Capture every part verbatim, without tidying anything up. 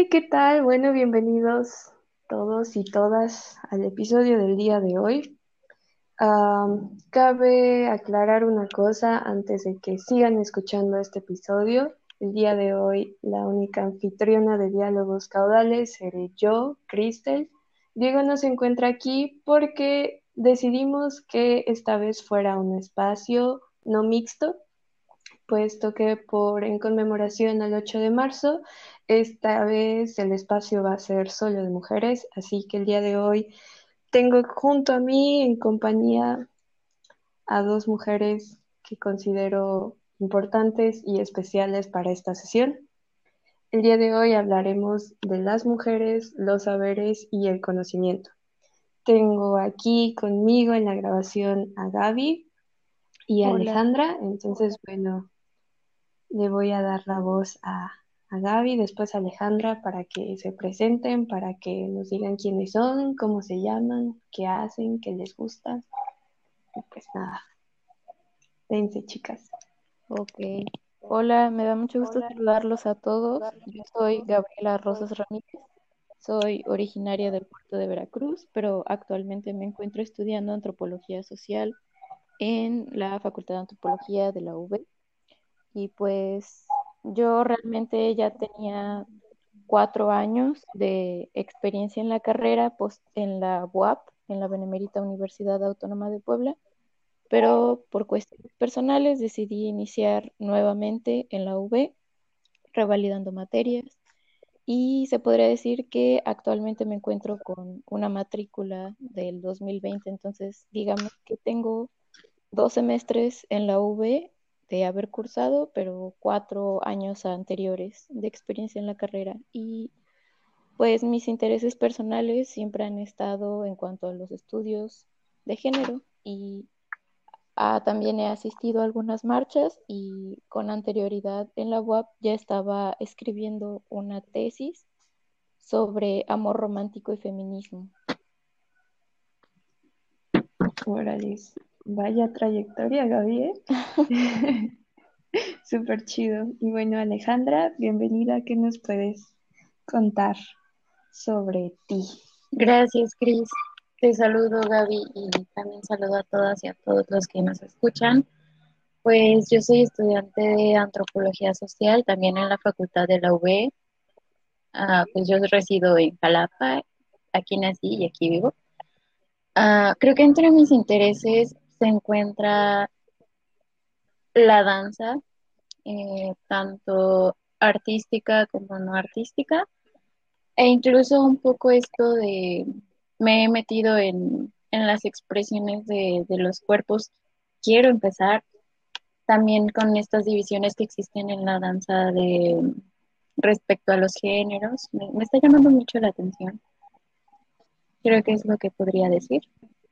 ¿qué tal? Bueno, bienvenidos todos y todas al episodio del día de hoy. Am, cabe aclarar una cosa antes de que sigan escuchando este episodio. El día de hoy, la única anfitriona de Diálogos Caudales seré yo, Cristel. Diego no se encuentra aquí porque decidimos que esta vez fuera un espacio no mixto, puesto que por en conmemoración al ocho de marzo, esta vez el espacio va a ser solo de mujeres, así que el día de hoy tengo junto a mí en compañía a dos mujeres que considero importantes y especiales para esta sesión. El día de hoy hablaremos de las mujeres, los saberes y el conocimiento. Tengo aquí conmigo en la grabación a Gaby y a Hola, Alejandra, entonces, bueno, le voy a dar la voz a, a Gaby, después a Alejandra para que se presenten, para que nos digan quiénes son, cómo se llaman, qué hacen, qué les gusta. Y pues nada, dense chicas. ok. Hola, me da mucho gusto saludarlos a todos. Yo soy Gabriela Rosas Ramírez, soy originaria del puerto de Veracruz, pero actualmente me encuentro estudiando antropología social en la Facultad de Antropología de la U B. Y pues yo realmente ya tenía cuatro años de experiencia en la carrera, pues en la U A P, en la Benemérita Universidad Autónoma de Puebla, pero por cuestiones personales decidí iniciar nuevamente en la U B, revalidando materias, y se podría decir que actualmente me encuentro con una matrícula del dos mil veinte. Entonces digamos que tengo dos semestres en la U B de haber cursado, pero cuatro años anteriores de experiencia en la carrera. Y pues mis intereses personales siempre han estado en cuanto a los estudios de género, y Ah, también he asistido a algunas marchas, y con anterioridad en la U A P ya estaba escribiendo una tesis sobre amor romántico y feminismo. Órale, vaya trayectoria, Gaby, ¿eh? Súper chido. Y bueno, Alejandra, bienvenida. ¿Qué nos puedes contar sobre ti? Gracias, Cris. Te saludo, Gaby, y también saludo a todas y a todos los que nos escuchan. Pues yo soy estudiante de antropología social, también en la Facultad de la U B. Ah, pues yo resido en Jalapa, aquí nací y aquí vivo. Ah, creo que entre mis intereses se encuentra la danza, eh, tanto artística como no artística, e incluso un poco esto de, me he metido en, en las expresiones de, de los cuerpos. Quiero empezar también con estas divisiones que existen en la danza de respecto a los géneros. Me, me está llamando mucho la atención. Creo que es lo que podría decir.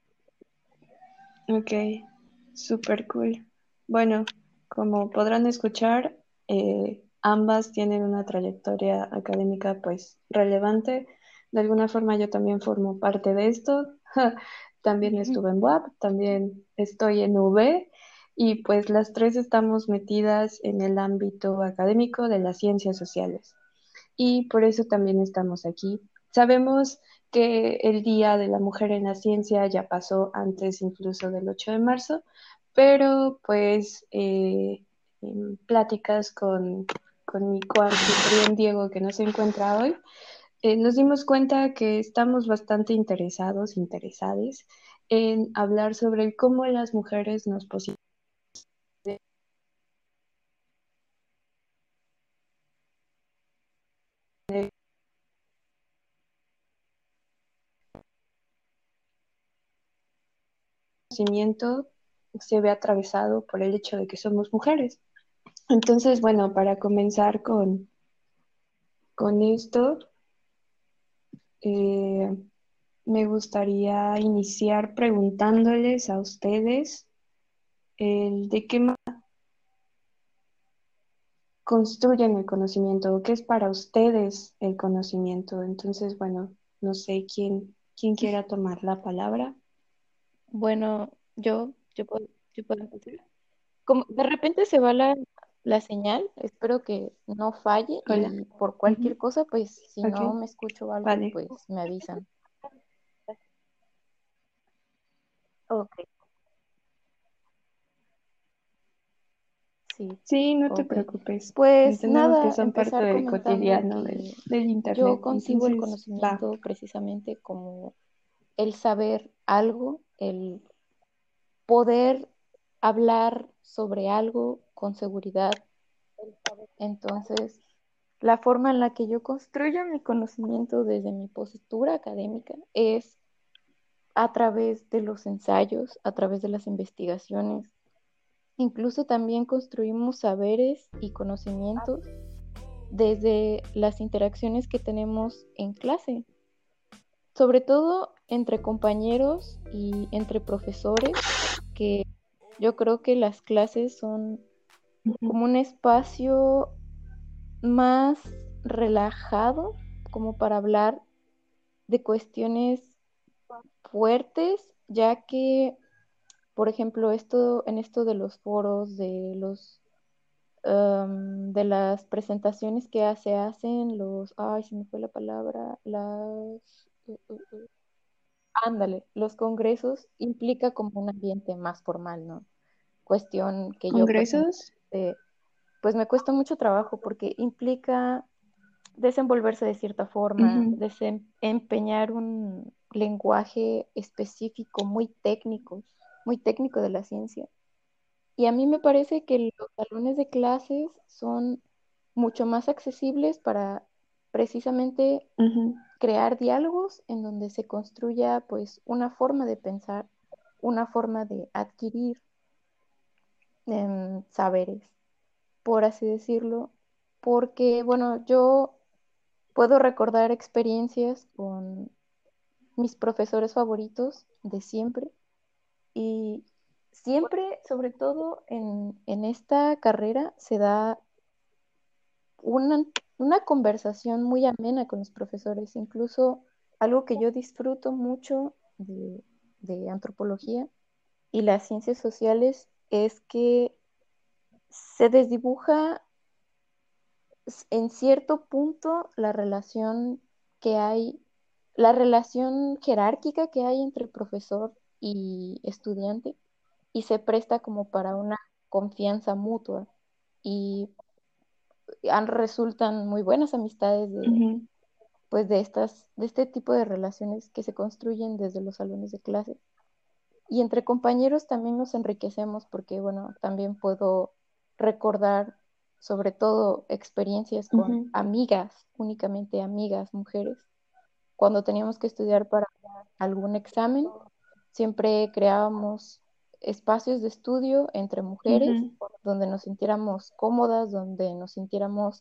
Ok, súper cool. Bueno, como podrán escuchar, eh, ambas tienen una trayectoria académica pues relevante. De alguna forma yo también formo parte de esto. También estuve en U A P, también estoy en U B y pues las tres estamos metidas en el ámbito académico de las ciencias sociales y por eso también estamos aquí. Sabemos que el Día de la Mujer en la Ciencia ya pasó antes incluso del ocho de marzo, pero pues eh, en pláticas con, con mi coanfitrión Diego, que no se encuentra hoy, eh, nos dimos cuenta que estamos bastante interesados, interesadas en hablar sobre cómo las mujeres nos posicionamos conocimiento se ve atravesado por el hecho de que somos mujeres. Entonces, bueno, para comenzar con, con esto, eh, me gustaría iniciar preguntándoles a ustedes el de qué manera construyen el conocimiento o qué es para ustedes el conocimiento. Entonces, bueno, no sé quién, quién quiera tomar la palabra. Bueno, yo, yo puedo, yo puedo empezar. Como de repente se va la, la señal, espero que no falle Hola. y por cualquier Ujú. cosa, pues si no Ok, me escucho algo, vale. pues me avisan. Ok, sí, Sí, no te ok. preocupes. Pues Entendemos que nada, son parte empezar del comentando cotidiano del, que del yo internet. concibo el Entonces, va. conocimiento precisamente como el saber algo, el poder hablar sobre algo con seguridad. Entonces, la forma en la que yo construyo mi conocimiento desde mi postura académica es a través de los ensayos, a través de las investigaciones. Incluso también construimos saberes y conocimientos desde las interacciones que tenemos en clase, sobre todo entre compañeros y entre profesores, que yo creo que las clases son Ujú. como un espacio más relajado, como para hablar de cuestiones fuertes, ya que, por ejemplo, esto, en esto de los foros, de los um, de las presentaciones que se hacen, los, ay, se me fue la palabra, las, uh, uh, uh, ándale, los congresos implica como un ambiente más formal, ¿no? Cuestión que yo ¿Congresos? personalmente, pues me cuesta mucho trabajo porque implica desenvolverse de cierta forma, Ujú, desempeñar un lenguaje específico, muy técnico, muy técnico de la ciencia. Y a mí me parece que los salones de clases son mucho más accesibles para precisamente ujú, crear diálogos en donde se construya pues una forma de pensar, una forma de adquirir em, saberes, por así decirlo, porque bueno, yo puedo recordar experiencias con mis profesores favoritos de siempre y siempre, sobre todo en, en esta carrera, se da una, una conversación muy amena con los profesores, incluso algo que yo disfruto mucho de, de antropología y las ciencias sociales es que se desdibuja s- en cierto punto la relación que hay, la relación jerárquica que hay entre profesor y estudiante y se presta como para una confianza mutua y han, resultan muy buenas amistades de, ujú. pues de estas, de este tipo de relaciones que se construyen desde los salones de clase. Y entre compañeros también nos enriquecemos porque, bueno, también puedo recordar sobre todo experiencias con Ujú. amigas, únicamente amigas, mujeres. Cuando teníamos que estudiar para algún examen, siempre creábamos espacios de estudio entre mujeres Ujú. donde nos sintiéramos cómodas, donde nos sintiéramos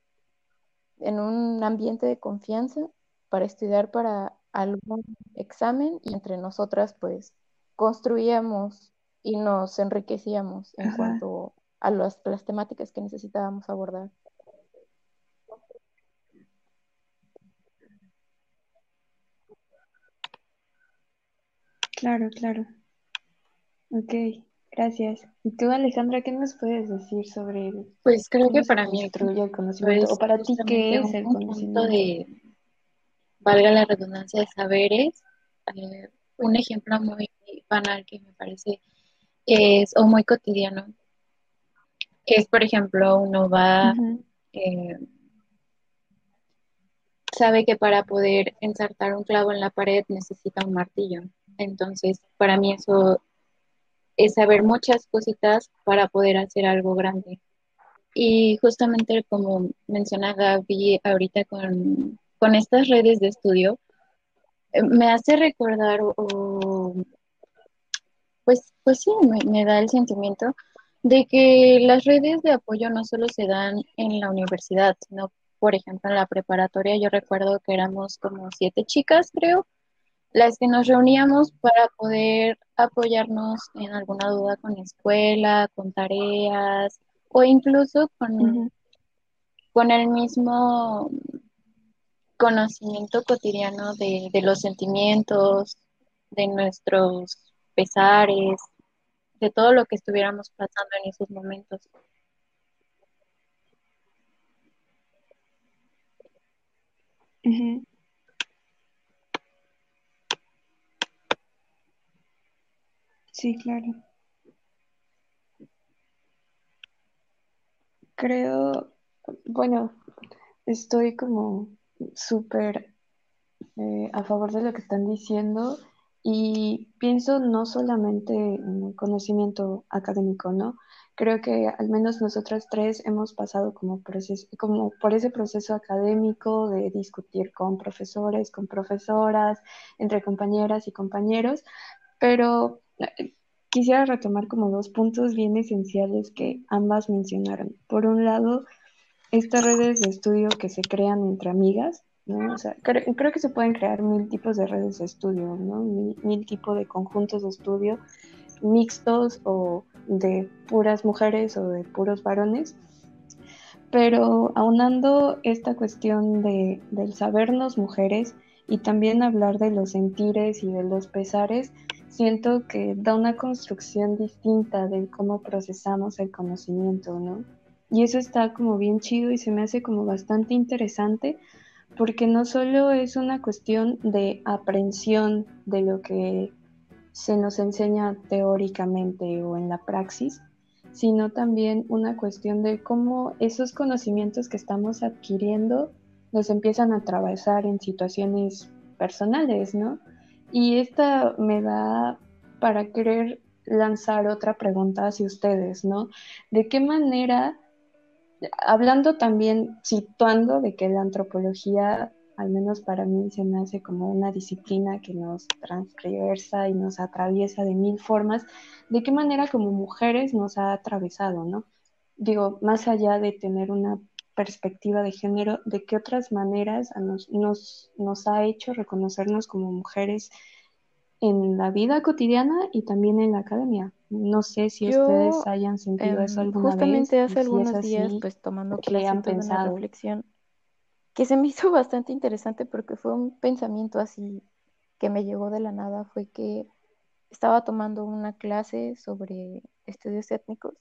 en un ambiente de confianza para estudiar para algún examen y entre nosotras pues construíamos y nos enriquecíamos en Ajá, cuanto a las, las temáticas que necesitábamos abordar. claro, claro. Ok, gracias. ¿Y tú, Alejandra, qué nos puedes decir sobre el- Pues creo cómo que se para mí el construye el conocimiento conocimiento? O es para ti, ¿qué justamente es un el conjunto conocimiento? de, valga la redundancia, de saberes. Eh, un ejemplo muy banal que me parece es, o muy cotidiano, es, por ejemplo, uno va, Ujú, eh, sabe que para poder ensartar un clavo en la pared necesita un martillo. Entonces, para mí eso es saber muchas cositas para poder hacer algo grande. Y justamente como menciona Gaby ahorita con, con estas redes de estudio, eh, me hace recordar o, o, pues, pues sí, me, me da el sentimiento de que las redes de apoyo no solo se dan en la universidad, sino, por ejemplo, en la preparatoria. Yo recuerdo que éramos como siete chicas, creo, las que nos reuníamos para poder apoyarnos en alguna duda con la escuela, con tareas o incluso con, ujú. con el mismo conocimiento cotidiano de, de los sentimientos, de nuestros pesares, de todo lo que estuviéramos pasando en esos momentos. Ujú. Sí, claro. Creo, bueno, estoy como súper eh, a favor de lo que están diciendo y pienso no solamente en el conocimiento académico, ¿no? Creo que al menos nosotras tres hemos pasado como, proceso, como por ese proceso académico de discutir con profesores, con profesoras, entre compañeras y compañeros, pero eh, quisiera retomar como dos puntos bien esenciales que ambas mencionaron. Por un lado, estas redes de estudio que se crean entre amigas, ¿no? O sea, cre creo que se pueden crear mil tipos de redes de estudio, ¿no? Mil, mil tipos de conjuntos de estudio mixtos o de puras mujeres o de puros varones, pero aunando esta cuestión de, del sabernos mujeres y también hablar de los sentires y de los pesares, siento que da una construcción distinta de cómo procesamos el conocimiento, ¿no? Y eso está como bien chido y se me hace como bastante interesante porque no solo es una cuestión de aprehensión de lo que se nos enseña teóricamente o en la praxis, sino también una cuestión de cómo esos conocimientos que estamos adquiriendo nos empiezan a atravesar en situaciones personales, ¿no? Y esta me da para querer lanzar otra pregunta hacia ustedes, ¿no? ¿De qué manera, hablando también, situando de que la antropología, al menos para mí, se me hace como una disciplina que nos transversa y nos atraviesa de mil formas, ¿de qué manera como mujeres nos ha atravesado, ¿no? Digo, más allá de tener una perspectiva de género, ¿de qué otras maneras nos, nos, nos ha hecho reconocernos como mujeres en la vida cotidiana y también en la academia? No sé si ustedes Yo, hayan sentido eso em, alguna vez justamente y hace si es algunos días, así, pues tomando ¿qué clase, han tuve una pensado? reflexión que se me hizo bastante interesante porque fue un pensamiento así que me llegó de la nada. Fue que estaba tomando una clase sobre estudios étnicos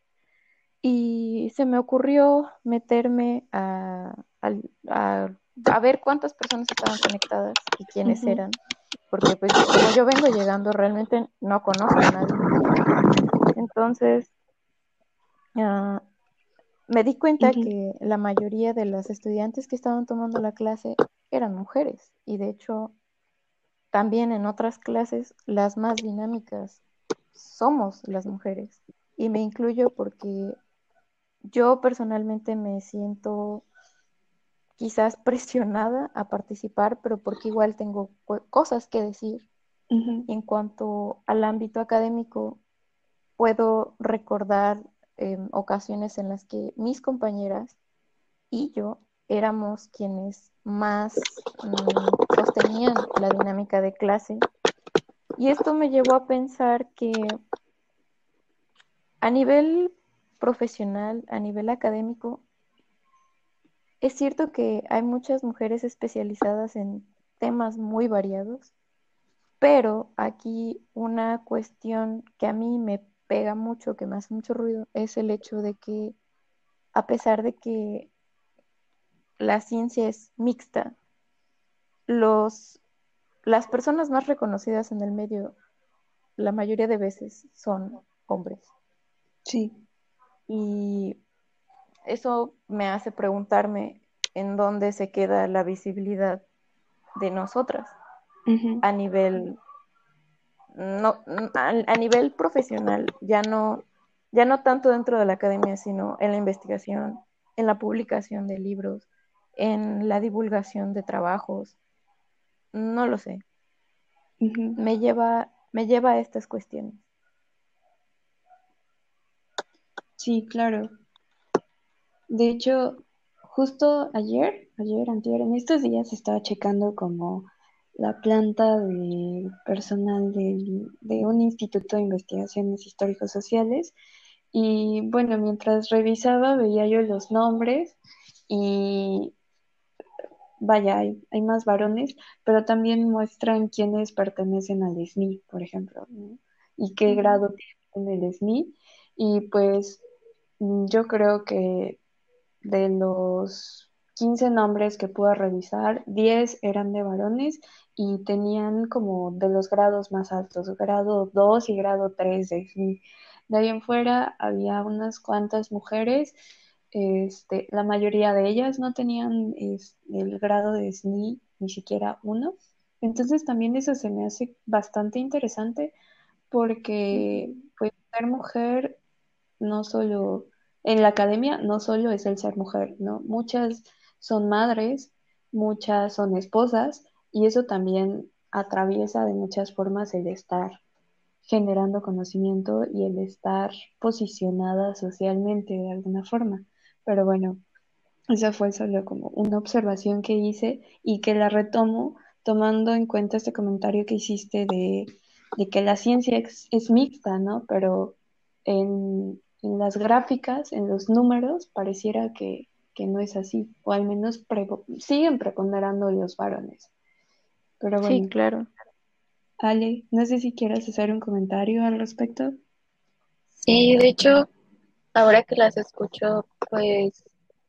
y se me ocurrió meterme a, al- a- a ver cuántas personas estaban conectadas y quiénes Ujú, eran, porque pues como yo vengo llegando, realmente no conozco a nadie. Entonces, ah, me di cuenta ujú, que la mayoría de las estudiantes que estaban tomando la clase eran mujeres y de hecho también en otras clases las más dinámicas somos las mujeres y me incluyo porque yo personalmente me siento quizás presionada a participar, pero porque igual tengo cu- cosas que decir. ujú, En cuanto al ámbito académico, puedo recordar em, ocasiones en las que mis compañeras y yo éramos quienes más mm, sostenían la dinámica de clase. Y esto me llevó a pensar que a nivel profesional, a nivel académico, es cierto que hay muchas mujeres especializadas en temas muy variados, pero aquí una cuestión que a mí me pega mucho, que me hace mucho ruido, es el hecho de que a pesar de que la ciencia es mixta, los, las personas más reconocidas en el medio, la mayoría de veces son hombres. sí, Y eso me hace preguntarme en dónde se queda la visibilidad de nosotras ujú, a nivel no a, a nivel profesional, ya no ya no tanto dentro de la academia, sino en la investigación, en la publicación de libros, en la divulgación de trabajos, no lo sé. ujú. Me lleva me lleva a estas cuestiones. Sí, claro. De hecho, justo ayer, ayer, antier, en estos días estaba checando como la planta de personal del- de un instituto de investigaciones históricos sociales y bueno, mientras revisaba veía yo los nombres y vaya, hay, hay más varones, pero también muestran quiénes pertenecen al S M I, por ejemplo, ¿no? Y qué Ujú. grado tienen el S M I. Y pues mm, yo creo que de los quince nombres que pude revisar, diez eran de varones y tenían como de los grados más altos, grado dos y grado tres de S N I. De ahí en fuera había unas cuantas mujeres, este, la mayoría de ellas no tenían es, el grado de S N I, ni siquiera uno. Entonces también eso se me hace bastante interesante porque Ujú. pues ser mujer no solo en la academia, no solo es el ser mujer, ¿no? Muchas son madres, muchas son esposas y eso también atraviesa de muchas formas el estar generando conocimiento y el estar posicionada socialmente de alguna forma. Pero bueno, esa fue solo como una observación que hice y que la retomo tomando en cuenta este comentario que hiciste de, de que la ciencia es, es mixta, ¿no? Pero en, en las gráficas, en los números, pareciera que, que no es así, o al menos prepo- siguen preponderando los varones. Pero Sí, bueno, claro. Ale, no sé si quieras hacer un comentario al respecto. Sí, de hecho, ahora que las escucho, pues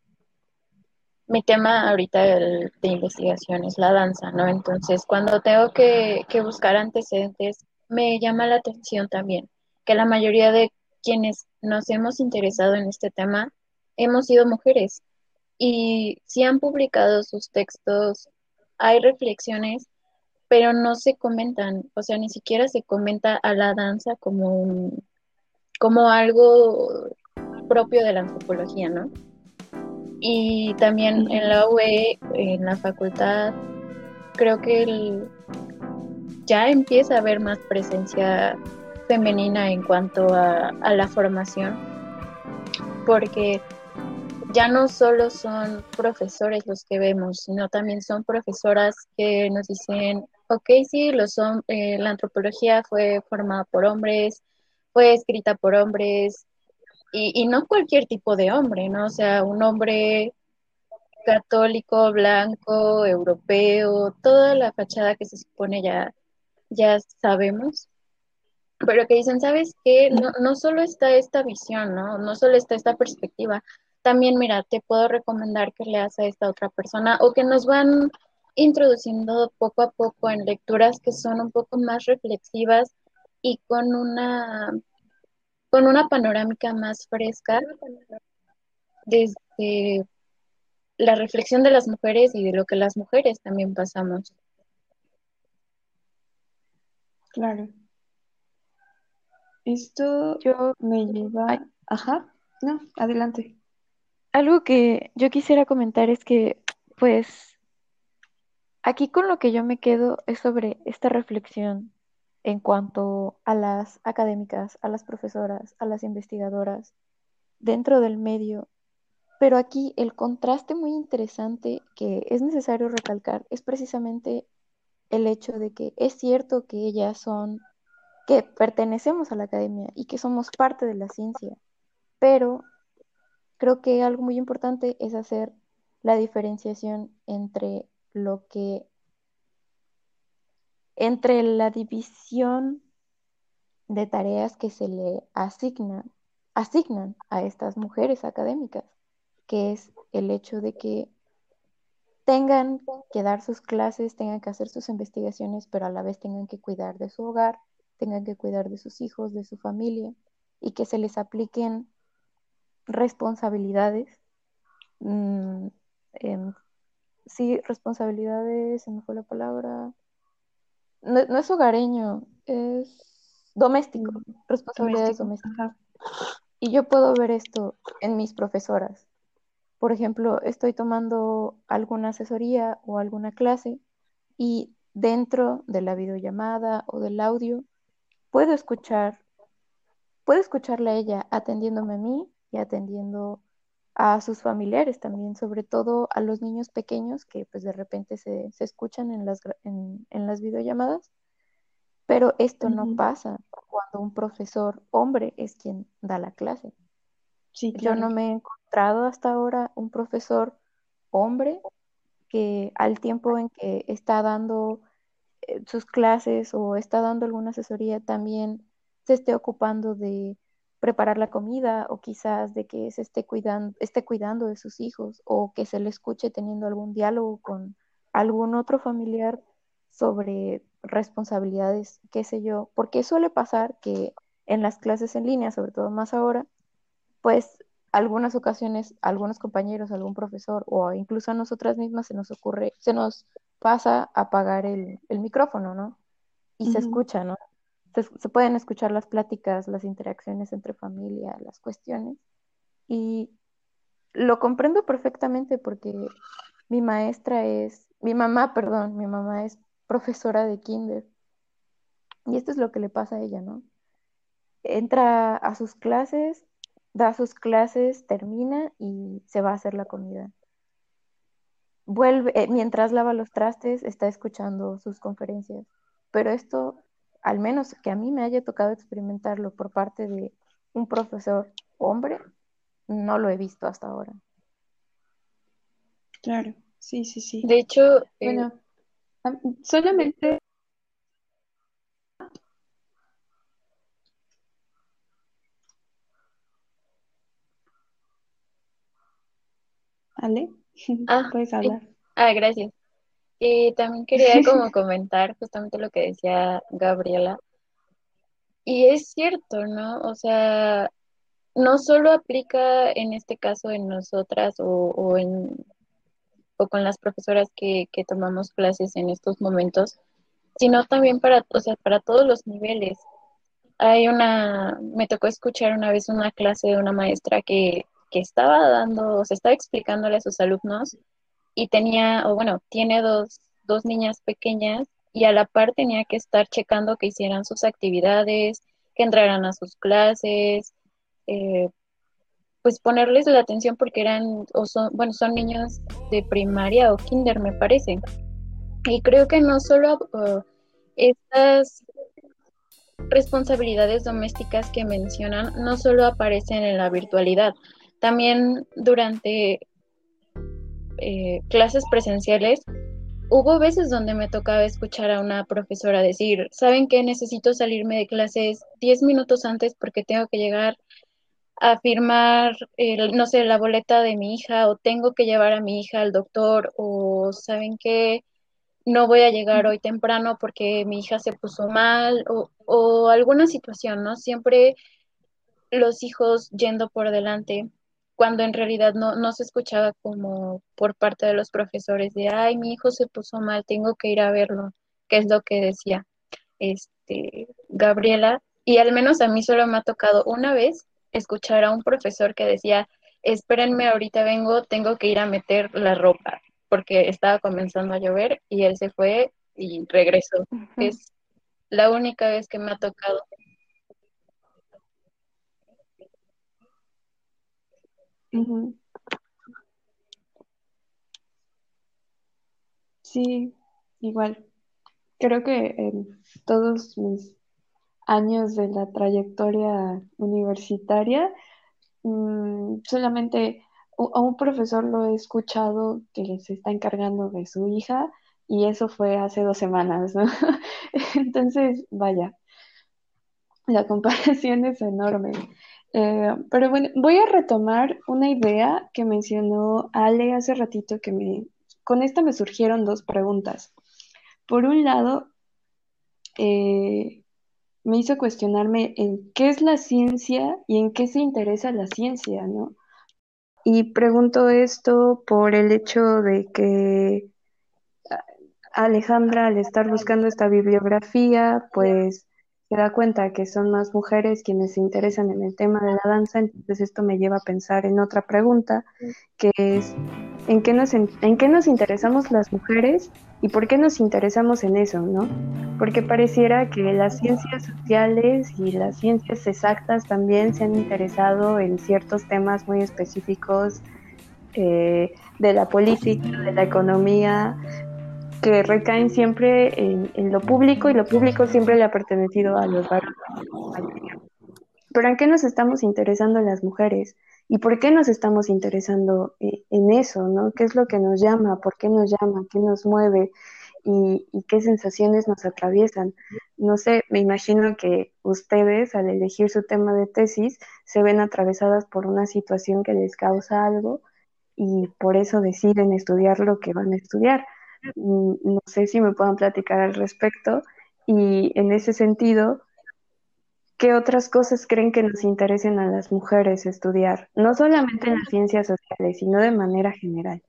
mi tema ahorita el- de investigación es la danza, ¿no? Entonces, cuando tengo que, que buscar antecedentes, me llama la atención también que la mayoría de quienes nos hemos interesado en este tema hemos sido mujeres y sí han publicado sus textos, hay reflexiones, pero no se comentan, o sea, ni siquiera se comenta a la danza como un- como algo propio de la antropología, ¿no? Y también en Ujú. la U E, en la facultad, creo que el- ya empieza a haber más presencia femenina en cuanto a, a la formación, porque ya no solo son profesores los que vemos, sino también son profesoras que nos dicen, ok, sí, los hom- eh, la antropología fue formada por hombres, fue escrita por hombres, y, y no cualquier tipo de hombre, ¿no? O sea, un hombre católico, blanco, europeo, toda la fachada que se supone ya, ya sabemos, pero que dicen, ¿sabes qué? No, no solo está esta visión, ¿no? No solo está esta perspectiva, también, mira, te puedo recomendar que leas a esta otra persona o que nos van introduciendo poco a poco en lecturas que son un poco más reflexivas y con una, con una panorámica más fresca desde la reflexión de las mujeres y de lo que las mujeres también pasamos. Claro. Esto Yo, me ay, lleva... Ajá, no, adelante. algo que yo quisiera comentar es que, pues, aquí con lo que yo me quedo es sobre esta reflexión en cuanto a las académicas, a las profesoras, a las investigadoras dentro del medio. Pero aquí el contraste muy interesante que es necesario recalcar es precisamente el hecho de que es cierto que ellas son, que pertenecemos a la academia y que somos parte de la ciencia, pero creo que algo muy importante es hacer la diferenciación entre lo que, entre la división de tareas que se le asignan, asignan a estas mujeres académicas, que es el hecho de que tengan que dar sus clases, tengan que hacer sus investigaciones, pero a la vez tengan que cuidar de su hogar, tengan que cuidar de sus hijos, de su familia, y que se les apliquen responsabilidades. mm, em, sí, responsabilidades, se me fue la palabra. No, no es hogareño, es doméstico, Mm, responsabilidades doméstico. domésticas. Ajá. Y yo puedo ver esto en mis profesoras. Por ejemplo, estoy tomando alguna asesoría o alguna clase y dentro de la videollamada o del audio puedo escuchar, puedo escucharla a ella atendiéndome a mí y atendiendo a sus familiares también, sobre todo a los niños pequeños que pues de repente se, se escuchan en las, gra- en, en las videollamadas, pero esto no Ujú. pasa cuando un profesor hombre es quien da la clase. Sí, Yo claro. no me he encontrado hasta ahora un profesor hombre que al tiempo en que está dando sus clases o está dando alguna asesoría también se esté ocupando de preparar la comida o quizás de que se esté cuidando, esté cuidando de sus hijos o que se le escuche teniendo algún diálogo con algún otro familiar sobre responsabilidades, qué sé yo, porque suele pasar que en las clases en línea, sobre todo más ahora, pues algunas ocasiones, algunos compañeros, algún profesor o incluso a nosotras mismas se nos ocurre, se nos pasa apagar el, el micrófono, ¿no? Y se Ujú. escucha, ¿no? Se, se pueden escuchar las pláticas, las interacciones entre familia, las cuestiones. Y lo comprendo perfectamente porque mi maestra es, mi mamá, perdón, mi mamá es profesora de kinder. Y esto es lo que le pasa a ella, ¿no? Entra a sus clases, da sus clases, termina y se va a hacer la comida. Vuelve, eh, mientras lava los trastes, está escuchando sus conferencias. Pero esto, al menos que a mí me haya tocado experimentarlo por parte de un profesor hombre, no lo he visto hasta ahora. Claro, sí, sí, sí. De hecho, eh, Bueno, am- solamente, Ale, ah, puedes sí. hablar. Ah, gracias. Y también quería como comentar justamente lo que decía Gabriela. Y es cierto, ¿no? O sea, no solo aplica en este caso en nosotras o, o en, o con las profesoras que, que tomamos clases en estos momentos, sino también para, o sea, para todos los niveles. Hay una, me tocó escuchar una vez una clase de una maestra que, que estaba dando, o sea, estaba explicándole a sus alumnos y tenía, o bueno, tiene dos, dos niñas pequeñas y a la par tenía que estar checando que hicieran sus actividades, que entraran a sus clases, eh, pues ponerles la atención porque eran, o son, bueno, son niños de primaria o kinder, me parece. Y creo que no solo uh, estas responsabilidades domésticas que mencionan no solo aparecen en la virtualidad, también durante eh, clases presenciales. Hubo veces donde me tocaba escuchar a una profesora decir, ¿saben qué? Necesito salirme de clases diez minutos antes porque tengo que llegar a firmar, el, no sé, la boleta de mi hija o tengo que llevar a mi hija al doctor o ¿saben qué? No voy a llegar hoy temprano porque mi hija se puso mal o, o alguna situación, ¿no? Siempre los hijos yendo por delante, cuando en realidad no, no se escuchaba como por parte de los profesores de, ay, mi hijo se puso mal, tengo que ir a verlo, que es lo que decía este Gabriela, y al menos a mí solo me ha tocado una vez escuchar a un profesor que decía, espérenme, ahorita vengo, tengo que ir a meter la ropa, porque estaba comenzando a llover y él se fue y regresó. Es la única vez que me ha tocado. Ujú. Sí, igual. Creo que en todos mis años de la trayectoria universitaria, mm, solamente u- a un profesor lo he escuchado que se está encargando de su hija y eso fue hace dos semanas, ¿no? Entonces, vaya, la comparación es enorme. Eh, pero bueno, voy a retomar una idea que mencionó Ale hace ratito que me, con esta me surgieron dos preguntas. Por un lado, eh, me hizo cuestionarme en qué es la ciencia y en qué se interesa la ciencia, ¿no? Y pregunto esto por el hecho de que Alejandra, al estar buscando esta bibliografía, pues se da cuenta que son más mujeres quienes se interesan en el tema de la danza, entonces esto me lleva a pensar en otra pregunta, que es ¿en qué nos, en, en qué nos interesamos las mujeres y por qué nos interesamos en eso, ¿no? Porque pareciera que las ciencias sociales y las ciencias exactas también se han interesado en ciertos temas muy específicos eh, de la política, de la economía, que recaen siempre en, en lo público y lo público siempre le ha pertenecido a los varones. Pero ¿en qué nos estamos interesando las mujeres? ¿Y por qué nos estamos interesando eh, en eso, ¿no? ¿Qué es lo que nos llama? ¿Por qué nos llama? ¿Qué nos mueve? y, y qué sensaciones nos atraviesan. No sé, me imagino que ustedes al elegir su tema de tesis se ven atravesadas por una situación que les causa algo y por eso deciden estudiar lo que van a estudiar. Mm, No sé si me puedan platicar al respecto y en ese sentido, ¿qué otras cosas creen que nos interesen a las mujeres estudiar? No solamente en las ciencias sociales, sino de manera general.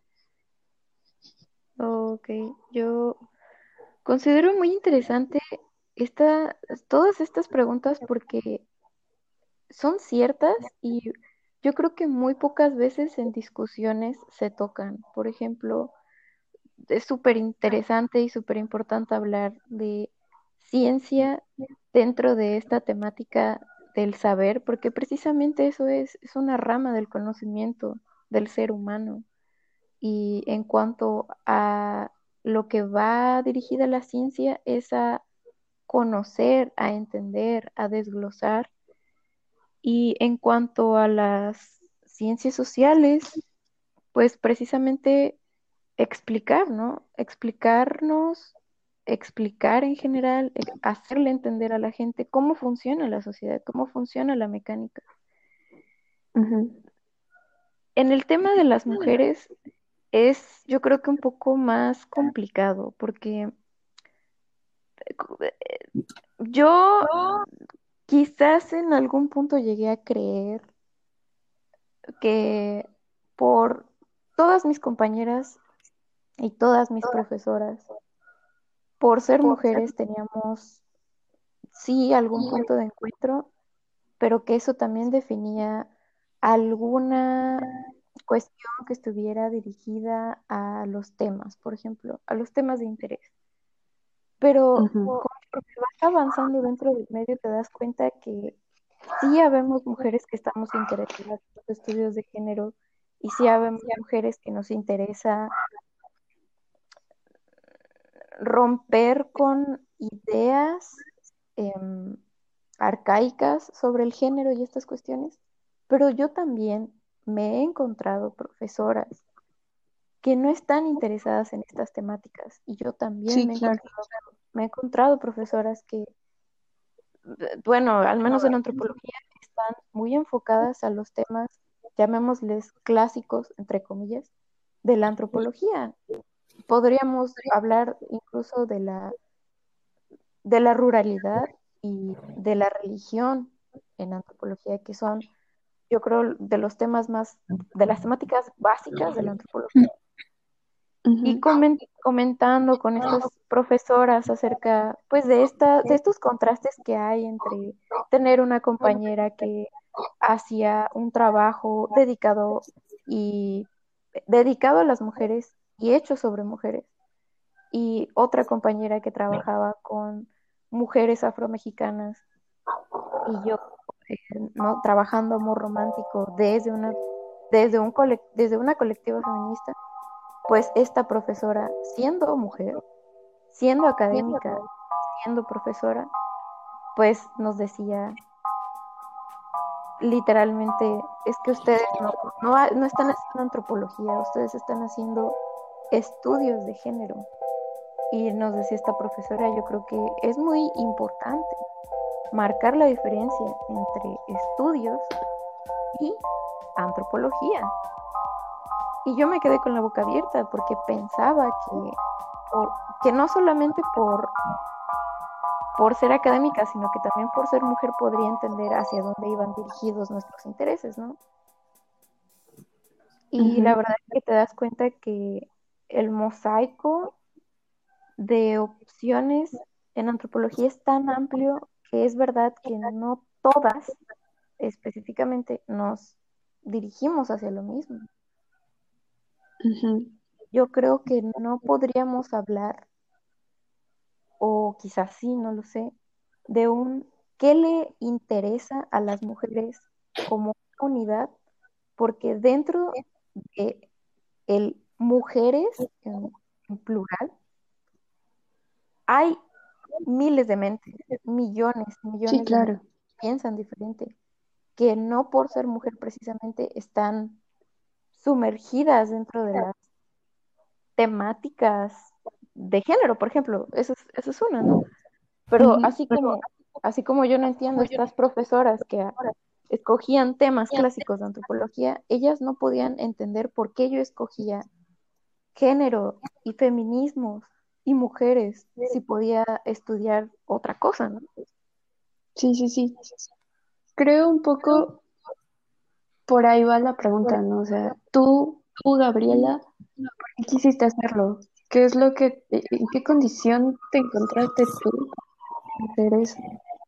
Ok, yo considero muy interesante esta, todas estas preguntas porque son ciertas y yo creo que muy pocas veces en discusiones se tocan. Por ejemplo, es súper interesante y súper importante hablar de ciencia dentro de esta temática del saber, porque precisamente eso es, es una rama del conocimiento del ser humano. Y en cuanto a lo que va dirigida la ciencia es a conocer, a entender, a desglosar. Y en cuanto a las ciencias sociales, pues precisamente explicar, ¿no? Explicarnos, explicar en general, ex- hacerle entender a la gente cómo funciona la sociedad, cómo funciona la mecánica. Ujú, En el tema de las mujeres es, yo creo que un poco más complicado, porque yo quizás en algún punto llegué a creer que por todas mis compañeras y todas mis profesoras, por ser mujeres teníamos sí algún punto de encuentro, pero que eso también definía alguna cuestión que estuviera dirigida a los temas, por ejemplo, a los temas de interés. Pero ujú, conforme vas avanzando dentro del medio te das cuenta que sí habemos mujeres que estamos interesadas en los estudios de género y sí habemos mujeres que nos interesa romper con ideas em, arcaicas sobre el género y estas cuestiones, pero yo también me he encontrado profesoras que no están interesadas en estas temáticas y yo también sí, me he claro. encontrado, me he encontrado profesoras que, bueno, al menos en antropología, están muy enfocadas a los temas, llamémosles clásicos, entre comillas, de la antropología. Podríamos hablar incluso de la, de la ruralidad y de la religión en antropología, que son, yo creo, de los temas más, de las temáticas básicas de la antropología. Y Ujú, comen- comentando con estas profesoras acerca, pues, de esta, de estos contrastes que hay entre tener una compañera que hacía un trabajo dedicado y dedicado a las mujeres y hecho sobre mujeres, y otra compañera que trabajaba con mujeres afromexicanas y yo, eh, no trabajando amor romántico desde una desde un colec- desde una colectiva feminista, pues esta profesora, siendo mujer, siendo académica, siendo profesora, pues nos decía literalmente, es que ustedes no, no, ha- no están haciendo antropología, ustedes están haciendo estudios de género. Y nos decía esta profesora, yo creo que es muy importante marcar la diferencia entre estudios y antropología. Y yo me quedé con la boca abierta porque pensaba que, por, que no solamente por, por ser académica, sino que también por ser mujer podría entender hacia dónde iban dirigidos nuestros intereses, ¿no? Y la ujú, verdad es que te das cuenta que el mosaico de opciones en antropología es tan amplio que es verdad que no todas específicamente nos dirigimos hacia lo mismo. ujú, Yo creo que no podríamos hablar, o quizás sí, no lo sé, de un qué le interesa a las mujeres como una unidad, porque dentro de el mujeres en, en plural hay miles de mentes, millones, sí, millones de mentes claro. que piensan diferente, que no por ser mujer precisamente están sumergidas dentro de las temáticas de género, por ejemplo. Esa es, esa es una, ¿no? Pero Ujú. así como, así como yo no entiendo estas profesoras que a- escogían temas clásicos de antropología, ellas no podían entender por qué yo escogía género y feminismos y mujeres si podía estudiar otra cosa, ¿no? Sí, sí, sí. Creo un poco por ahí va la pregunta, ¿no? O sea, tú, tú, Gabriela, ¿por qué quisiste hacerlo? ¿Qué es lo que, en qué condición te encontraste tú para hacer eso?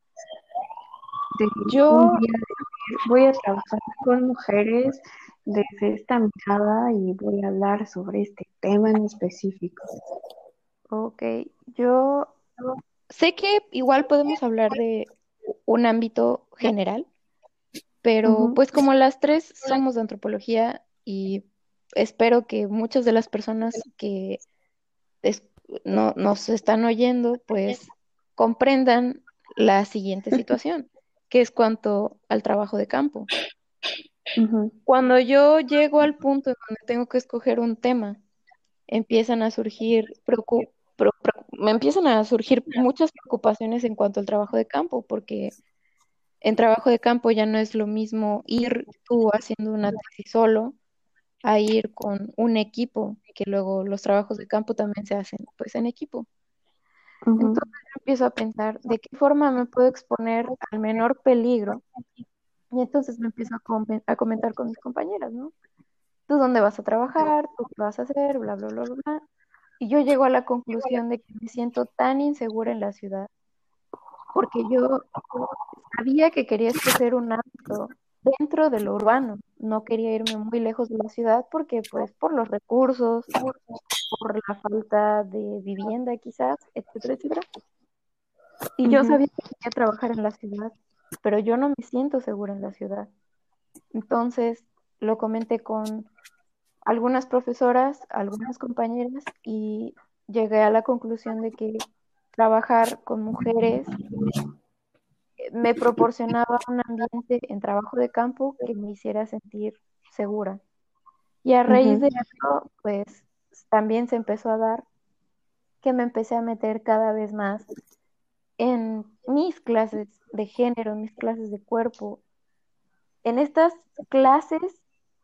De un Yo, día decir, voy a trabajar con mujeres desde esta mirada y voy a hablar sobre este tema en específico. ok, yo sé que igual podemos hablar de un ámbito general, pero Ujú, pues como las tres somos de antropología y espero que muchas de las personas que es- no, nos están oyendo pues comprendan la siguiente situación, que es cuanto al trabajo de campo. ujú, Cuando yo llego al punto en donde tengo que escoger un tema, empiezan a surgir preocu- pro- pro- me empiezan a surgir muchas preocupaciones en cuanto al trabajo de campo, porque en trabajo de campo ya no es lo mismo ir tú haciendo una tesis solo a ir con un equipo, que luego los trabajos de campo también se hacen pues en equipo. ujú, Entonces yo empiezo a pensar de qué forma me puedo exponer al menor peligro y entonces me empiezo a, com- a comentar con mis compañeras, ¿no? ¿Tú dónde vas a trabajar? ¿Tú qué vas a hacer? Bla, bla, bla, bla, bla. Y yo llego a la conclusión de que me siento tan insegura en la ciudad porque yo sabía que quería escoger un ámbito dentro de lo urbano. No quería irme muy lejos de la ciudad porque, pues, por los recursos, por la falta de vivienda quizás, etcétera, etcétera. Y yo ujú, sabía que quería trabajar en la ciudad, pero yo no me siento segura en la ciudad. Entonces lo comenté con algunas profesoras, algunas compañeras y llegué a la conclusión de que trabajar con mujeres eh, me proporcionaba un ambiente en trabajo de campo que me hiciera sentir segura. Y a raíz ujú, de eso, pues también se empezó a dar que me empecé a meter cada vez más en mis clases de género, en mis clases de cuerpo, en estas clases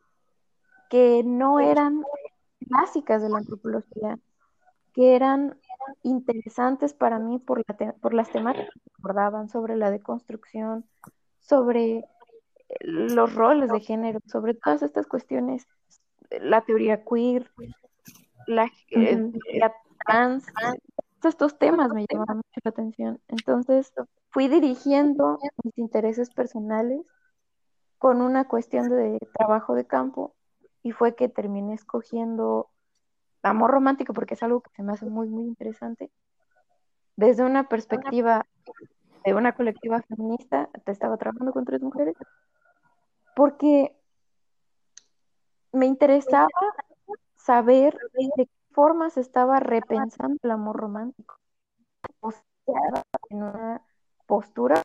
que no eran clásicas de la antropología, que eran interesantes para mí por, la te- por las temáticas que abordaban sobre la deconstrucción, sobre los roles de género, sobre todas estas cuestiones, la teoría queer, la eh, ujú, teoría trans, todos estos temas me llamaban mucho la atención. Entonces fui dirigiendo mis intereses personales con una cuestión de trabajo de campo y fue que terminé escogiendo amor romántico porque es algo que se me hace muy, muy interesante. Desde una perspectiva de una colectiva feminista, te estaba trabajando con tres mujeres, porque me interesaba saber de qué forma se estaba repensando el amor romántico, o sea, en una postura,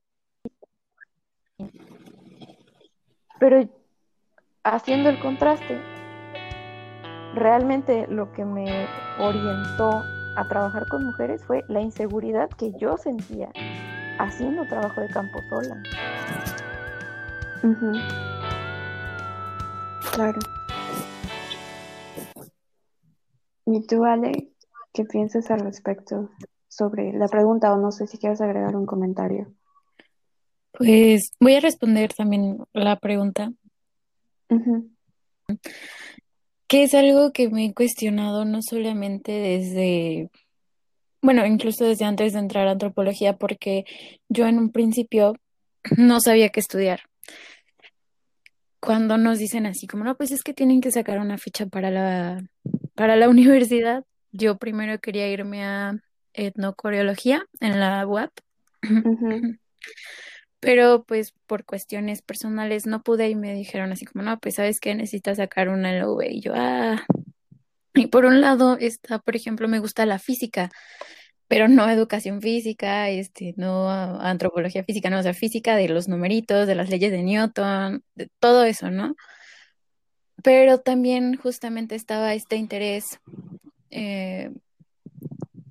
pero haciendo el contraste, realmente lo que me orientó a trabajar con mujeres fue la inseguridad que yo sentía haciendo trabajo de campo sola. ujú. Claro. ¿Y tú, Ale, qué piensas al respecto sobre la pregunta o no sé si quieres agregar un comentario? Pues voy a responder también la pregunta, Ujú, que es algo que me he cuestionado no solamente desde, bueno, incluso desde antes de entrar a antropología, porque yo en un principio no sabía qué estudiar. Cuando nos dicen así como, no, pues es que tienen que sacar una ficha para la, para la universidad, yo primero quería irme a etnocoreología en la U A P. ujú, Pero pues por cuestiones personales no pude y me dijeron así como, no, pues sabes que necesitas sacar una L O B. Y yo, ah, y por un lado está, por ejemplo, me gusta la física, pero no educación física, este, no a- antropología física, no, o sea, física de los numeritos, de las leyes de Newton, de todo eso, ¿no? Pero también justamente estaba este interés, eh,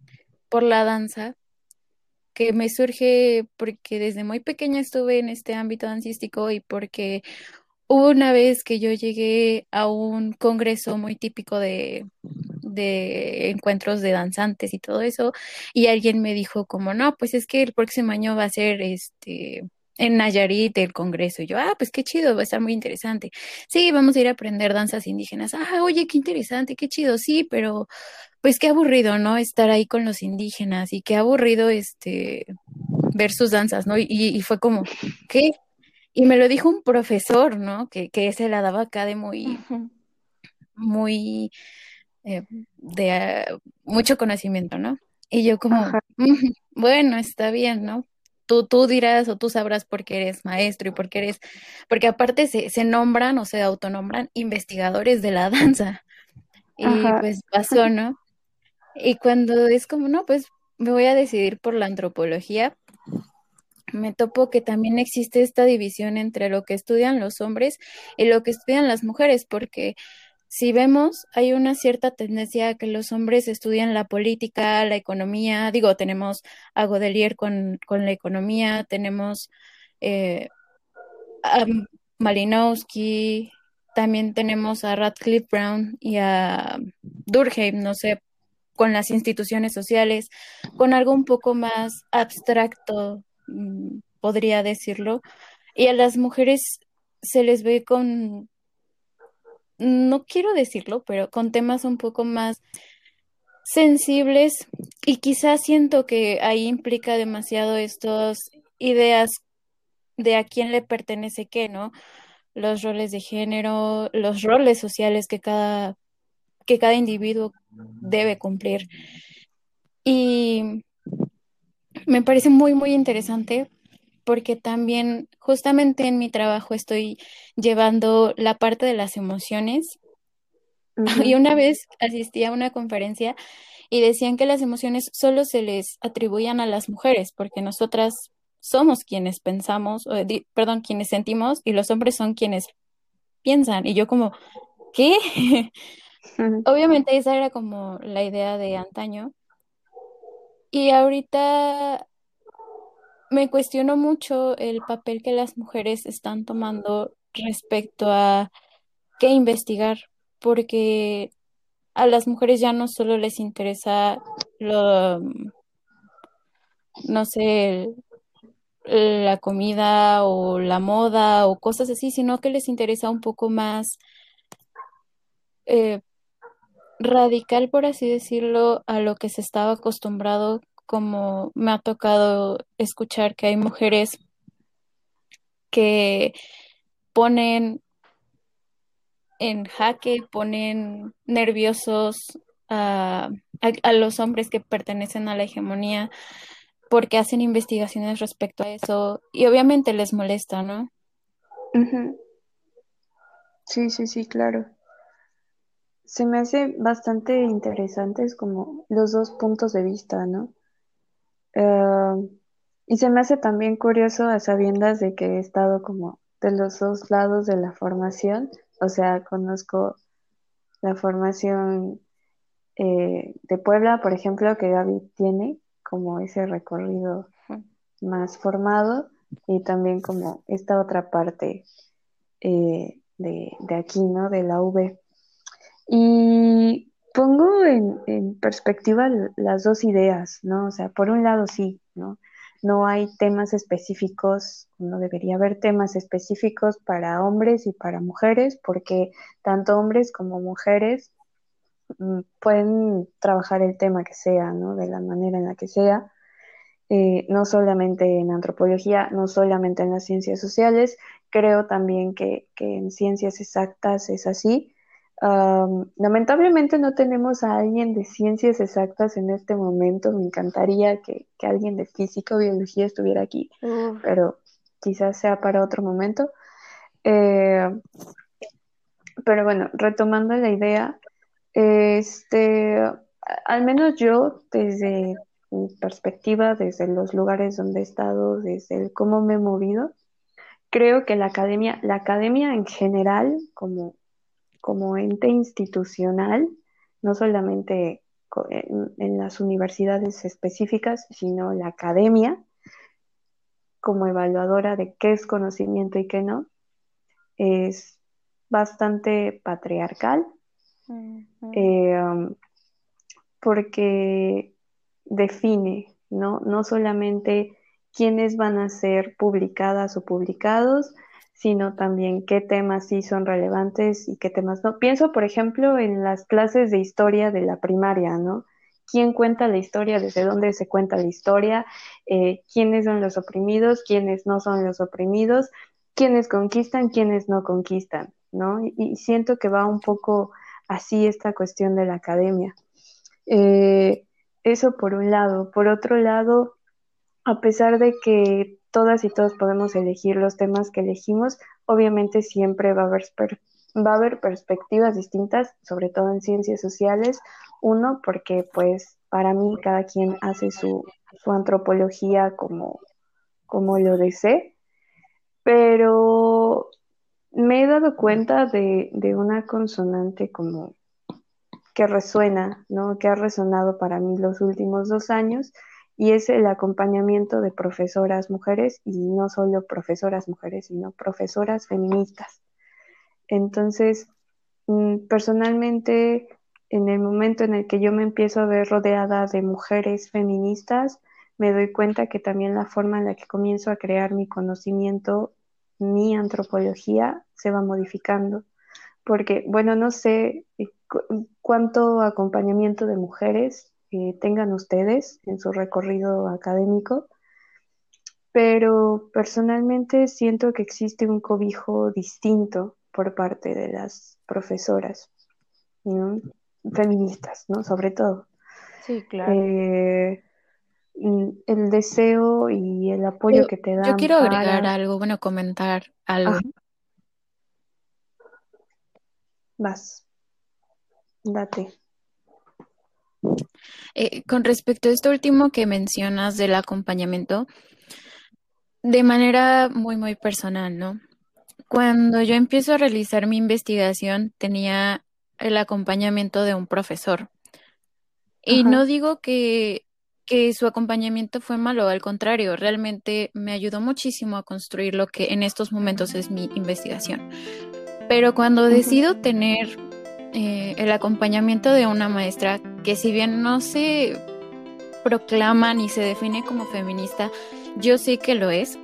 por la danza, que me surge porque desde muy pequeña estuve en este ámbito dancístico y porque hubo una vez que yo llegué a un congreso muy típico de, de encuentros de danzantes y todo eso, y alguien me dijo como, no, pues es que el próximo año va a ser este en Nayarit el congreso. Y yo, ah, pues qué chido, va a estar muy interesante. Sí, vamos a ir a aprender danzas indígenas. Ah, oye, qué interesante, qué chido, sí, pero pues qué aburrido, ¿no? Estar ahí con los indígenas y qué aburrido este ver sus danzas, ¿no? Y, y fue como, ¿qué? Y me lo dijo un profesor, ¿no? Que, que se la daba acá de muy, Ujú. muy, eh, de eh, mucho conocimiento, ¿no? Y yo como, Ajá, "Ujú, bueno, está bien, ¿no? Tú, tú dirás o tú sabrás por qué eres maestro y por qué eres, porque aparte se, se nombran o se autonombran investigadores de la danza. Y ajá, pues pasó, ¿no? Y cuando es como, no, pues me voy a decidir por la antropología, me topo que también existe esta división entre lo que estudian los hombres y lo que estudian las mujeres, porque si vemos, hay una cierta tendencia a que los hombres estudian la política, la economía, digo, tenemos a Godelier con, con la economía, tenemos eh, a Malinowski, también tenemos a Radcliffe Brown y a Durkheim, no sé, con las instituciones sociales, con algo un poco más abstracto, mm, podría decirlo, y a las mujeres se les ve con, no quiero decirlo, pero con temas un poco más sensibles y quizás siento que ahí implica demasiado estas ideas de a quién le pertenece qué, ¿no? Los roles de género, los roles sociales que cada, que cada individuo debe cumplir. Y me parece muy, muy interesante porque también justamente en mi trabajo estoy llevando la parte de las emociones. Y ujú, una vez asistí a una conferencia y decían que las emociones solo se les atribuían a las mujeres porque nosotras somos quienes pensamos, o di- perdón, quienes sentimos y los hombres son quienes piensan. Y yo como, ¿qué? ujú, Obviamente esa era como la idea de antaño. Y ahorita me cuestiono mucho el papel que las mujeres están tomando respecto a qué investigar, porque a las mujeres ya no solo les interesa lo, no sé, el- la comida o la moda o cosas así, sino que les interesa un poco más eh, radical, por así decirlo, a lo que se estaba acostumbrado, como me ha tocado escuchar que hay mujeres que ponen en jaque, ponen nerviosos a, a- a los hombres que pertenecen a la hegemonía porque hacen investigaciones respecto a eso y obviamente les molesta, ¿no? ujú. Sí, sí, sí, claro. Se me hace bastante interesantes como los dos puntos de vista, ¿no? Eh, y se me hace también curioso a sabiendas de que he estado como de los dos lados de la formación, o sea, conozco la formación eh, de Puebla, por ejemplo, que Gaby tiene como ese recorrido más formado y también como esta otra parte eh, de, de aquí, ¿no? De la U V. Y pongo en, en perspectiva l- las dos ideas, ¿no? O sea, por un lado sí, ¿no? No hay temas específicos, no debería haber temas específicos para hombres y para mujeres, porque tanto hombres como mujeres mm, pueden trabajar el tema que sea, ¿no? De la manera en la que sea, eh, no solamente en antropología, no solamente en las ciencias sociales, creo también que, que en ciencias exactas es así. Um, lamentablemente no tenemos a alguien de ciencias exactas en este momento, me encantaría que, que alguien de física o biología estuviera aquí, Uf, pero quizás sea para otro momento. Eh, pero bueno, retomando la idea, este, al menos yo, desde mi perspectiva, desde los lugares donde he estado, desde el cómo me he movido, creo que la academia, la academia en general, como, como ente institucional, no solamente en, en las universidades específicas, sino la academia como evaluadora de qué es conocimiento y qué no, es bastante patriarcal, Ujú. eh, um, porque define, ¿no? No solamente quiénes van a ser publicadas o publicados, sino también qué temas sí son relevantes y qué temas no. Pienso, por ejemplo, en las clases de historia de la primaria, ¿no? ¿Quién cuenta la historia? ¿Desde dónde se cuenta la historia? Eh, ¿quiénes son los oprimidos? ¿Quiénes no son los oprimidos? ¿Quiénes conquistan? ¿Quiénes no conquistan? ¿No? Y, y siento que va un poco así esta cuestión de la academia. Eh, eso por un lado. Por otro lado, a pesar de que todas y todos podemos elegir los temas que elegimos, obviamente siempre va a haber, per- va a haber perspectivas distintas, sobre todo en ciencias sociales. Uno, porque pues para mí cada quien hace su, su antropología como, como lo desee, pero me he dado cuenta de, de una consonante como que resuena, ¿no? Que ha resonado para mí los últimos dos años y es el acompañamiento de profesoras mujeres y no solo profesoras mujeres, sino profesoras feministas. Entonces, mm, personalmente, en el momento en el que yo me empiezo a ver rodeada de mujeres feministas, me doy cuenta que también la forma en la que comienzo a crear mi conocimiento, mi antropología, se va modificando porque, bueno, no sé eh, cu- cuánto acompañamiento de mujeres eh, tengan ustedes en su recorrido académico, pero personalmente siento que existe un cobijo distinto por parte de las profesoras, ¿no? Feministas, ¿no? Sobre todo. Sí, claro. Eh, mm, el deseo y el apoyo Yo, que te yo dan quiero agregar para... algo, bueno, comentar algo. Ajá, vas, date. Eh, con respecto a esto último que mencionas del acompañamiento, de manera muy, muy personal, ¿no? Cuando yo empiezo a realizar mi investigación, tenía el acompañamiento de un profesor. Y no Ajá, digo que, que su acompañamiento fue malo, al contrario, realmente me ayudó muchísimo a construir lo que en estos momentos es mi investigación. Pero cuando ujú, decido tener eh, el acompañamiento de una maestra que si bien no se proclama ni se define como feminista, yo sé que lo es,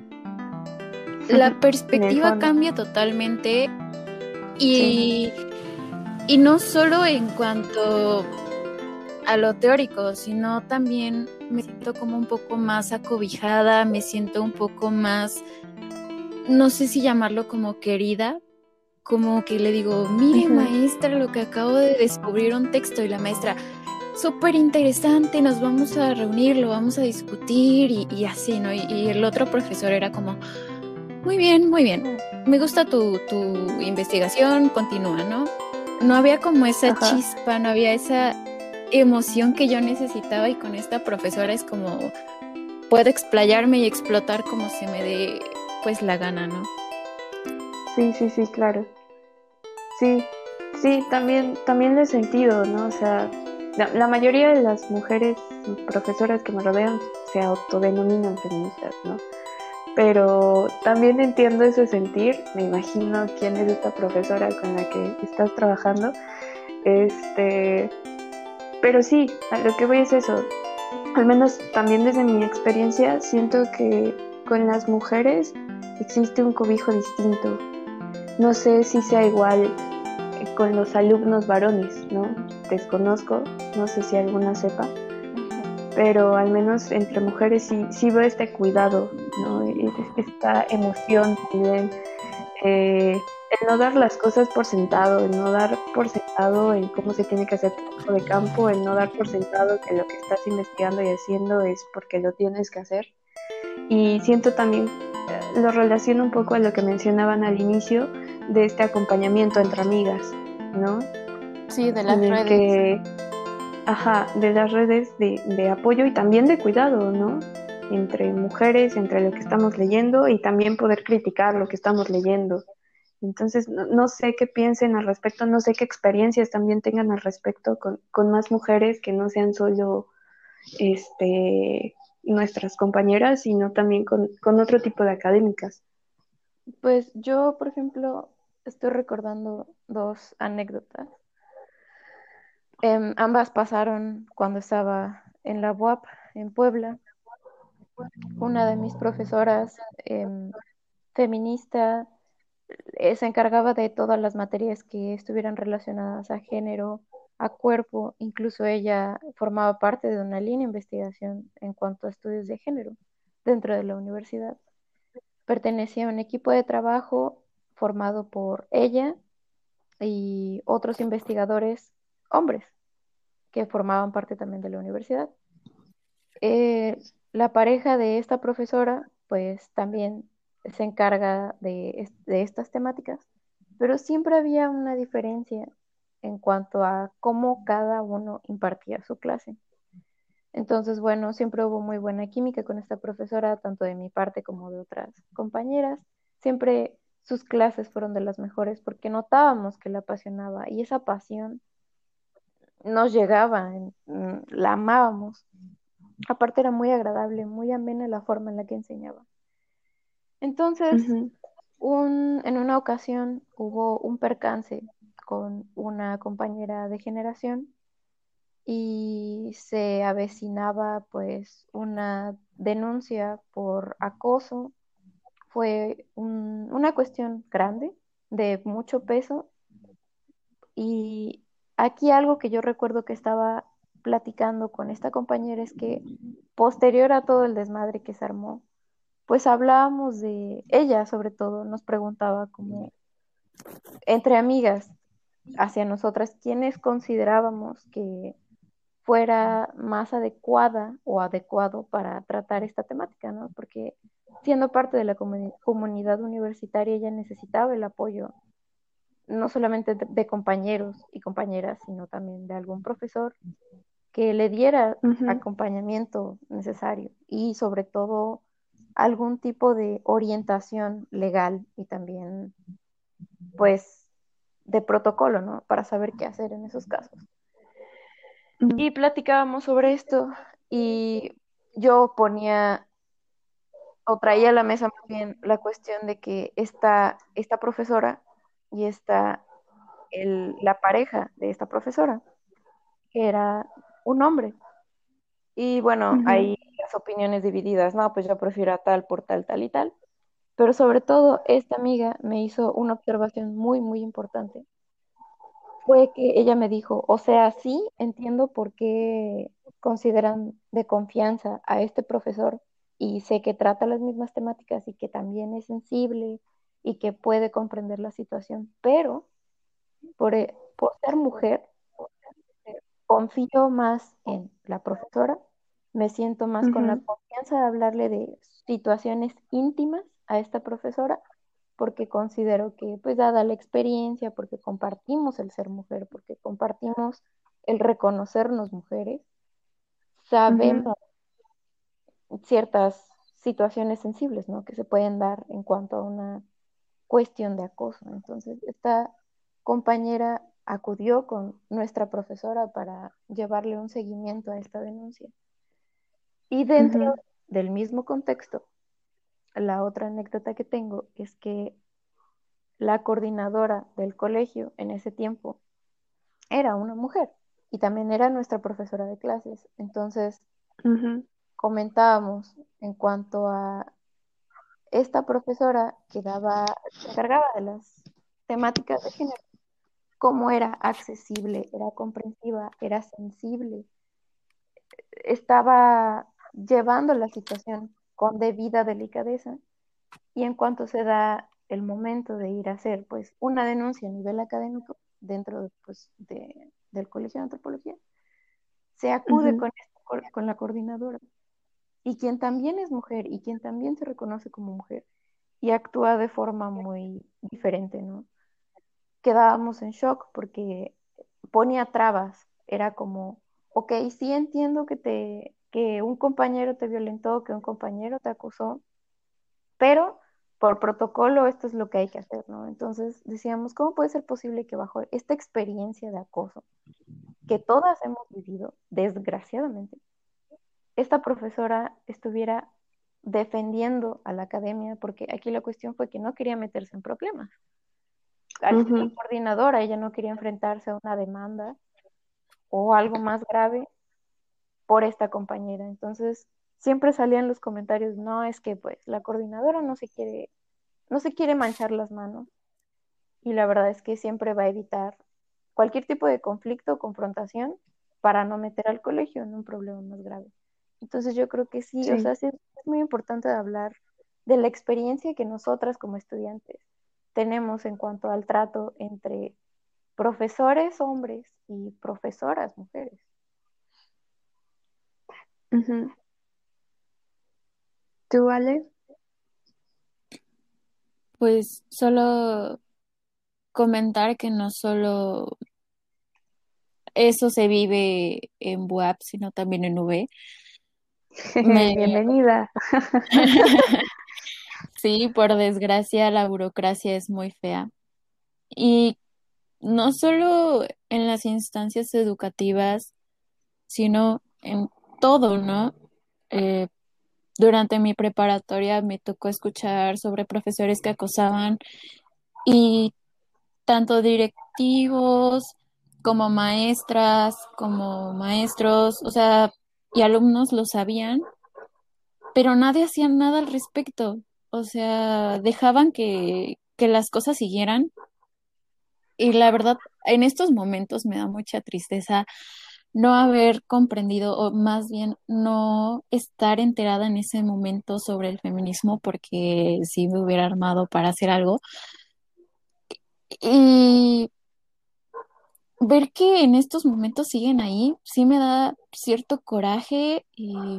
la en el perspectiva fondo, cambia totalmente sí. y, y no solo en cuanto a lo teórico, sino también me siento como un poco más acobijada, me siento un poco más, no sé si llamarlo como querida, como que le digo, mire Ujú. maestra, lo que acabo de descubrir un texto y la maestra, súper interesante, nos vamos a reunir, lo vamos a discutir y, y así, ¿no? Y, y el otro profesor era como, muy bien, muy bien, me gusta tu, tu investigación, continúa, ¿no? No había como esa Ajá. chispa, no había esa emoción que yo necesitaba y con esta profesora es como puedo explayarme y explotar como se me dé pues la gana, ¿no? Sí, sí, sí, claro. Sí, sí, también, también lo he sentido, ¿no? O sea, la, la mayoría de las mujeres profesoras que me rodean se autodenominan feministas, ¿no? Pero también entiendo ese sentir, me imagino quién es esta profesora con la que estás trabajando, este, pero sí, a lo que voy es eso, al menos también desde mi experiencia, siento que con las mujeres existe un cobijo distinto. No sé si sea igual con los alumnos varones, ¿no? Desconozco, no sé si alguna sepa, pero al menos entre mujeres sí, sí veo este cuidado, ¿no? Esta emoción también, eh, el no dar las cosas por sentado, el no dar por sentado el cómo se tiene que hacer trabajo de campo, el no dar por sentado que lo que estás investigando y haciendo es porque lo tienes que hacer. Y siento también, eh, lo relaciono un poco a lo que mencionaban al inicio de este acompañamiento entre amigas, ¿no? Sí, de En las el redes. que, ajá, de las redes de, de apoyo y también de cuidado, ¿no? Entre mujeres, entre lo que estamos leyendo y también poder criticar lo que estamos leyendo, Entonces, no, no sé qué piensen al respecto, no sé qué experiencias también tengan al respecto con, con más mujeres que no sean solo este, nuestras compañeras, sino también con, con otro tipo de académicas. Pues yo, por ejemplo, estoy recordando dos anécdotas. Em, ambas pasaron cuando estaba en la U A P en Puebla. Una de mis profesoras, em, feminista, eh, se encargaba de todas las materias que estuvieran relacionadas a género, a cuerpo. Incluso ella formaba parte de una línea de investigación en cuanto a estudios de género dentro de la universidad. Pertenecía a un equipo de trabajo formado por ella y otros investigadores hombres que formaban parte también de la universidad. Eh, la pareja de esta profesora, pues también se encarga de, es- de estas temáticas, pero siempre había una diferencia en cuanto a cómo cada uno impartía su clase. Entonces, bueno, siempre hubo muy buena química con esta profesora, tanto de mi parte como de otras compañeras. Siempre sus clases fueron de las mejores porque notábamos que la apasionaba y esa pasión nos llegaba, en- mm, la amábamos. Aparte era muy agradable, muy amena la forma en la que enseñaba. Entonces, Ujú, un, en una ocasión hubo un percance con una compañera de generación y se avecinaba pues una denuncia por acoso. Fue un- una cuestión grande, de mucho peso, y aquí algo que yo recuerdo que estaba platicando con esta compañera es que posterior a todo el desmadre que se armó, pues hablábamos de ella, sobre todo, nos preguntaba como entre amigas hacia nosotras, quiénes considerábamos que fuera más adecuada o adecuado para tratar esta temática, ¿no? Porque siendo parte de la comuni- comunidad universitaria, ella necesitaba el apoyo no solamente de, de compañeros y compañeras, sino también de algún profesor que le diera ujú, acompañamiento necesario y sobre todo algún tipo de orientación legal y también pues de protocolo, ¿no? Para saber qué hacer en esos casos. ujú, Y platicábamos sobre esto y yo ponía o traía a la mesa más bien la cuestión de que esta, esta profesora y esta, el, la pareja de esta profesora era un hombre. Y bueno, ujú, hay las opiniones divididas, no, pues yo prefiero a tal por tal, tal y tal. Pero sobre todo, esta amiga me hizo una observación muy, muy importante. Fue que ella me dijo, o sea, sí, entiendo por qué consideran de confianza a este profesor y sé que trata las mismas temáticas y que también es sensible y que puede comprender la situación, pero por, e- por ser mujer, confío más en la profesora, me siento más con la ujú, confianza de hablarle de situaciones íntimas a esta profesora, porque considero que, pues, dada la experiencia, porque compartimos el ser mujer, porque compartimos el reconocernos mujeres, ujú, sabemos ciertas situaciones sensibles, ¿no? Que se pueden dar en cuanto a una cuestión de acoso. Entonces, esta compañera acudió con nuestra profesora para llevarle un seguimiento a esta denuncia. Y dentro ujú, del mismo contexto, la otra anécdota que tengo es que la coordinadora del colegio en ese tiempo era una mujer y también era nuestra profesora de clases. Entonces, ujú, comentábamos en cuanto a esta profesora que daba, se encargaba de las temáticas de género, cómo era accesible, era comprensiva, era sensible, estaba llevando la situación con debida delicadeza y en cuanto se da el momento de ir a hacer pues una denuncia a nivel académico dentro de, pues, de- del Colegio de Antropología, se acude ujú, con, esta cor- con la coordinadora y quien también es mujer y quien también se reconoce como mujer y actúa de forma muy diferente, ¿no? Quedábamos en shock porque ponía trabas, era como, ok, sí entiendo que te, que un compañero te violentó, que un compañero te acusó, pero por protocolo esto es lo que hay que hacer, ¿no? Entonces decíamos, ¿cómo puede ser posible que bajo esta experiencia de acoso que todas hemos vivido, desgraciadamente, esta profesora estuviera defendiendo a la academia? Porque aquí la cuestión fue que no quería meterse en problemas. Al ser la Ujú. coordinadora, ella no quería enfrentarse a una demanda o algo más grave por esta compañera. Entonces, siempre salían los comentarios, no, es que pues la coordinadora no se quiere, no se quiere manchar las manos, y la verdad es que siempre va a evitar cualquier tipo de conflicto o confrontación para no meter al colegio en un problema más grave. Entonces yo creo que sí, o Sí. sea, sí es muy importante hablar de la experiencia que nosotras como estudiantes tenemos en cuanto al trato entre profesores hombres y profesoras mujeres. Ujú. ¿Tú, Ale? Pues solo comentar que no solo eso se vive en B U A P, sino también en U V. Me... Bienvenida. Sí, por desgracia, la burocracia es muy fea. Y no solo en las instancias educativas, sino en todo, ¿no? Eh, durante mi preparatoria me tocó escuchar sobre profesores que acosaban, y tanto directivos como maestras, como maestros, o sea, y alumnos lo sabían, pero nadie hacía nada al respecto. O sea, dejaban que, que las cosas siguieran. Y la verdad, en estos momentos me da mucha tristeza no haber comprendido, o más bien no estar enterada en ese momento sobre el feminismo, porque sí me hubiera armado para hacer algo. Y ver que en estos momentos siguen ahí, sí me da cierto coraje y,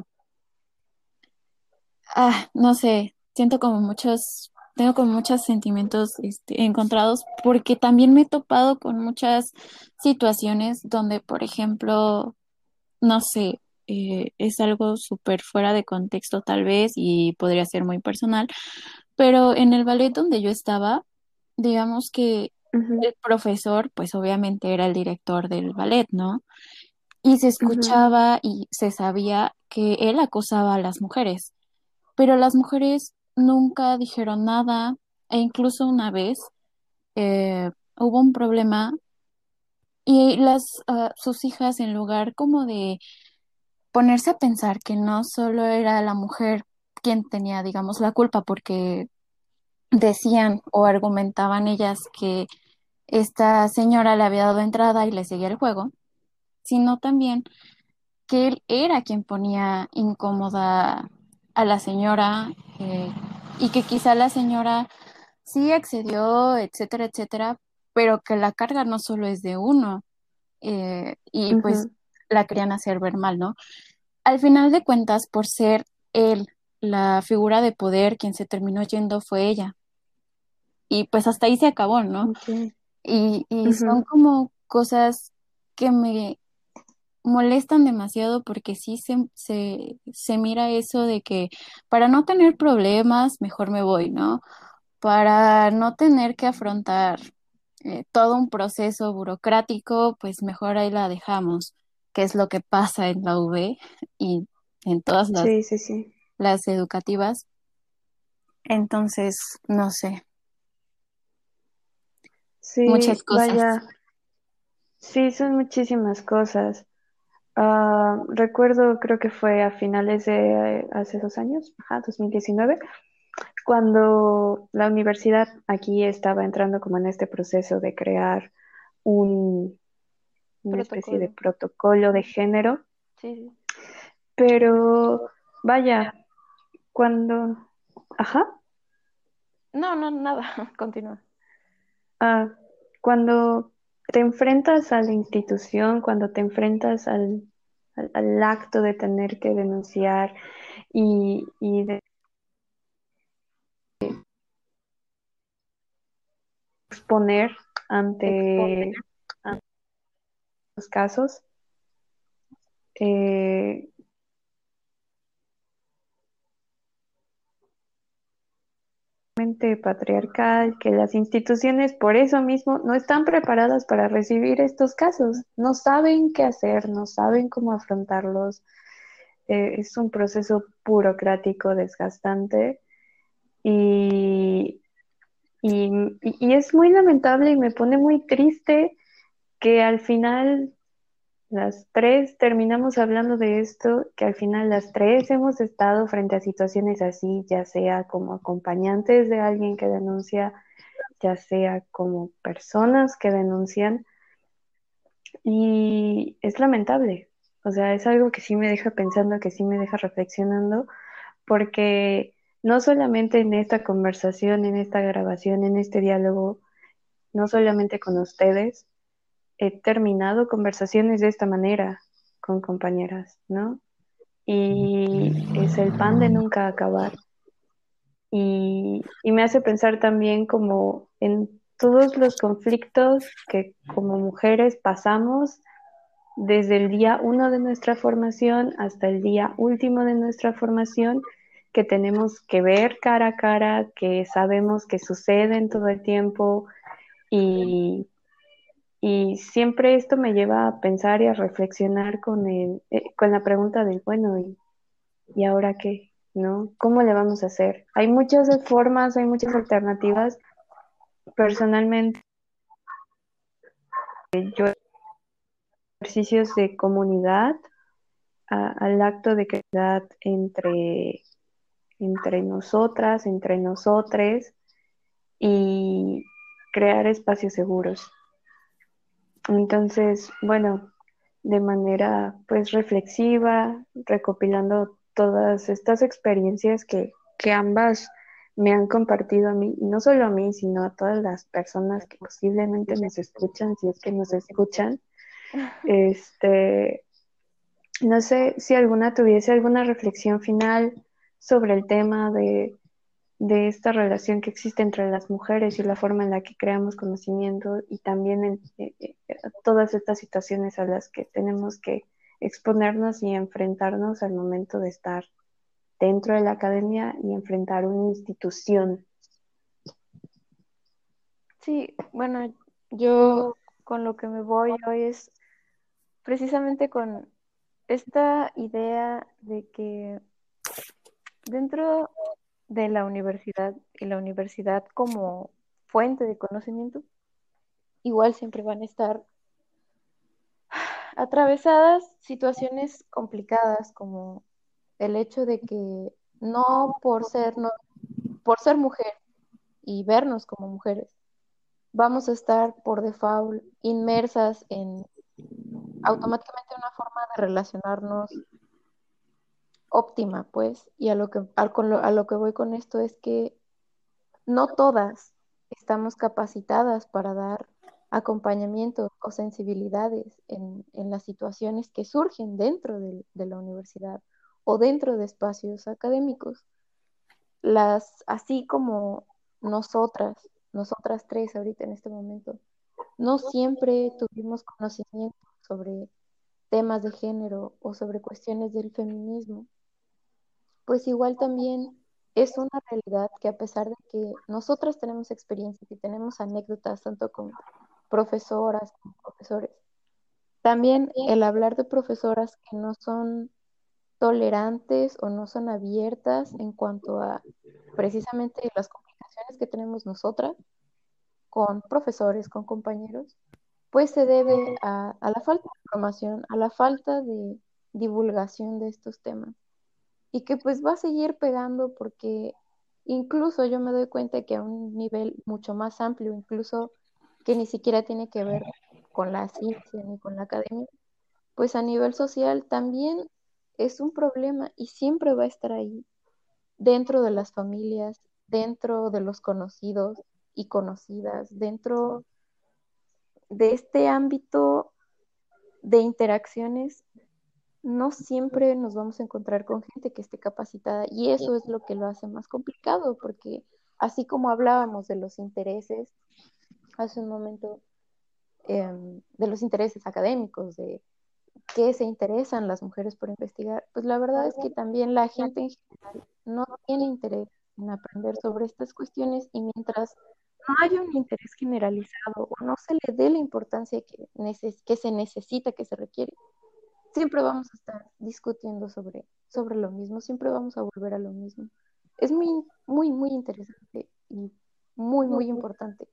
ah, no sé, siento como muchos, tengo como muchos sentimientos este, encontrados, porque también me he topado con muchas situaciones donde, por ejemplo, no sé, eh, es algo súper fuera de contexto tal vez y podría ser muy personal, pero en el ballet donde yo estaba, digamos que Ujú, el profesor, pues obviamente era el director del ballet, ¿no? Y se ujú, escuchaba y se sabía que él acosaba a las mujeres, pero las mujeres nunca dijeron nada, e incluso una vez eh, hubo un problema y las ah, sus hijas, en lugar como de ponerse a pensar que no solo era la mujer quien tenía, digamos, la culpa, porque decían o argumentaban ellas que esta señora le había dado entrada y le seguía el juego, sino también que él era quien ponía incómoda a la señora, eh, y que quizá la señora sí accedió, etcétera, etcétera, pero que la carga no solo es de uno, eh, y pues ujú, la querían hacer ver mal, ¿no? Al final de cuentas, por ser él la figura de poder, quien se terminó yendo fue ella. Y pues hasta ahí se acabó, ¿no? ok, Y, y son ujú, como cosas que me molestan demasiado, porque sí se, se, se mira eso de que para no tener problemas, mejor me voy, ¿no? Para no tener que afrontar eh, todo un proceso burocrático, pues mejor ahí la dejamos, que es lo que pasa en la U V y en todas las, sí, sí, sí. las educativas. Entonces, no sé, muchas Sí, cosas. vaya, sí, son muchísimas cosas. Ah, recuerdo, creo que fue a finales de eh, hace dos años, ajá, dos mil diecinueve, cuando la universidad aquí estaba entrando como en este proceso de crear un, una especie de Protocolo. protocolo de género, Sí, sí. pero vaya, cuando, ajá, No, no, nada, continúa. ah, cuando te enfrentas a la institución, cuando te enfrentas al, al, al acto de tener que denunciar y, y de exponer Exponer. ante, ante los casos, eh, sumamente patriarcal, que las instituciones por eso mismo no están preparadas para recibir estos casos, no saben qué hacer, no saben cómo afrontarlos. Eh, es un proceso burocrático desgastante y, y, y es muy lamentable y me pone muy triste que al final las tres terminamos hablando de esto, que al final las tres hemos estado frente a situaciones así, ya sea como acompañantes de alguien que denuncia, ya sea como personas que denuncian, y es lamentable. O sea, es algo que sí me deja pensando, que sí me deja reflexionando, porque no solamente en esta conversación, en esta grabación, en este diálogo, no solamente con ustedes, he terminado conversaciones de esta manera con compañeras, ¿no? Y es el pan de nunca acabar. Y, y me hace pensar también como en todos los conflictos que como mujeres pasamos desde el día uno de nuestra formación hasta el día último de nuestra formación, que tenemos que ver cara a cara, que sabemos que suceden todo el tiempo y, y siempre esto me lleva a pensar y a reflexionar con, el, eh, con la pregunta del, bueno, ¿y, ¿y ahora qué? ¿No? ¿Cómo le vamos a hacer? Hay muchas formas, hay muchas alternativas. Personalmente, yo ejercicios de comunidad, a, al acto de creatividad entre, entre nosotras, entre nosotres y crear espacios seguros. Entonces, bueno, de manera pues reflexiva, recopilando todas estas experiencias que, que ambas me han compartido a mí, y no solo a mí, sino a todas las personas que posiblemente nos escuchan, si es que nos escuchan. Este, no sé si alguna tuviese alguna reflexión final sobre el tema de, de esta relación que existe entre las mujeres y la forma en la que creamos conocimiento y también en, eh, eh, todas estas situaciones a las que tenemos que exponernos y enfrentarnos al momento de estar dentro de la academia y enfrentar una institución. Sí, bueno, yo con lo que me voy hoy es precisamente con esta idea de que dentro de la universidad y la universidad como fuente de conocimiento, igual siempre van a estar atravesadas situaciones complicadas como el hecho de que no por ser, no, por ser mujer y vernos como mujeres, vamos a estar por default inmersas en automáticamente una forma de relacionarnos óptima, pues, y a lo que, a, con lo, a lo que voy con esto es que no todas estamos capacitadas para dar acompañamiento o sensibilidades en, en las situaciones que surgen dentro de, de la universidad o dentro de espacios académicos. Las, así como nosotras, nosotras tres ahorita en este momento, no siempre tuvimos conocimiento sobre temas de género o sobre cuestiones del feminismo, pues igual también es una realidad que a pesar de que nosotras tenemos experiencias y tenemos anécdotas tanto con profesoras como profesores, también el hablar de profesoras que no son tolerantes o no son abiertas en cuanto a precisamente las complicaciones que tenemos nosotras con profesores, con compañeros, pues se debe a, a la falta de información, a la falta de divulgación de estos temas y que pues va a seguir pegando porque incluso yo me doy cuenta que a un nivel mucho más amplio, incluso que ni siquiera tiene que ver con la ciencia ni con la academia, pues a nivel social también es un problema y siempre va a estar ahí, dentro de las familias, dentro de los conocidos y conocidas, dentro de este ámbito de interacciones. No siempre nos vamos a encontrar con gente que esté capacitada y eso es lo que lo hace más complicado, porque así como hablábamos de los intereses hace un momento, em, de los intereses académicos, de qué se interesan las mujeres por investigar, pues la verdad es que también la gente en general no tiene interés en aprender sobre estas cuestiones y mientras no haya un interés generalizado o no se le dé la importancia que, neces- que se necesita, que se requiere, siempre vamos a estar discutiendo sobre, sobre lo mismo, siempre vamos a volver a lo mismo. Es muy, muy, muy interesante y muy, muy importante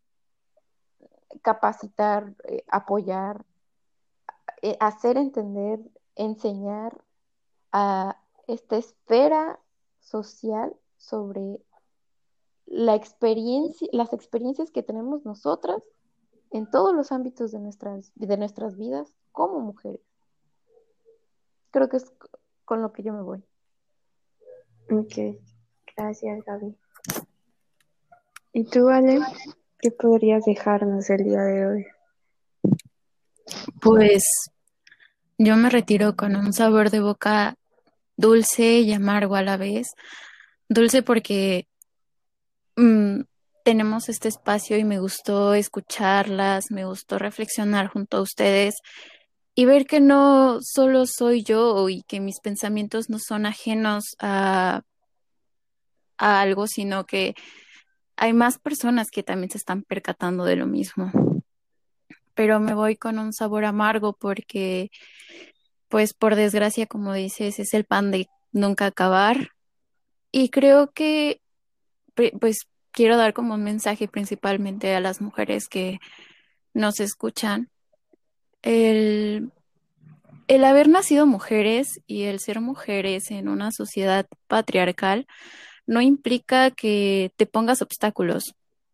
capacitar, eh, apoyar, eh, hacer entender, enseñar a esta esfera social sobre la experiencia, las experiencias que tenemos nosotras en todos los ámbitos de nuestras, de nuestras vidas como mujeres. Creo que es con lo que yo me voy. Ok, gracias, Gaby. ¿Y tú, Ale? ¿Qué podrías dejarnos el día de hoy? Pues yo me retiro con un sabor de boca dulce y amargo a la vez. Dulce porque mm, tenemos este espacio y me gustó escucharlas, me gustó reflexionar junto a ustedes y ver que no solo soy yo y que mis pensamientos no son ajenos a, a algo, sino que hay más personas que también se están percatando de lo mismo. Pero me voy con un sabor amargo porque, pues por desgracia, como dices, es el pan de nunca acabar. Y creo que, pri- pues, quiero dar como un mensaje principalmente a las mujeres que nos escuchan. El, el haber nacido mujeres y el ser mujeres en una sociedad patriarcal no implica que te pongas obstáculos.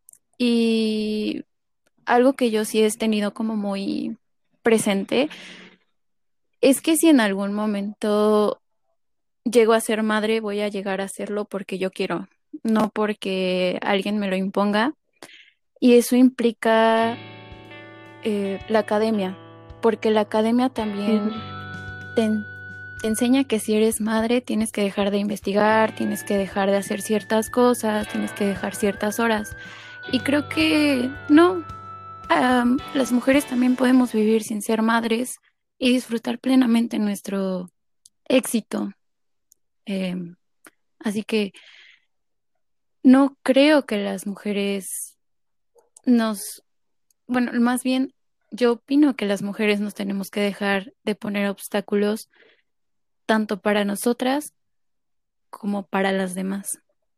Y algo que yo sí he tenido como muy presente es que si en algún momento llego a ser madre, voy a llegar a serlo porque yo quiero, no porque alguien me lo imponga. Y eso implica eh, la academia, porque la academia también Ujú. te, en- te enseña que si eres madre tienes que dejar de investigar, tienes que dejar de hacer ciertas cosas, tienes que dejar ciertas horas. Y creo que no, am, las mujeres también podemos vivir sin ser madres y disfrutar plenamente nuestro éxito. Em, así que no creo que las mujeres nos, bueno, más bien yo opino que las mujeres nos tenemos que dejar de poner obstáculos tanto para nosotras como para las demás.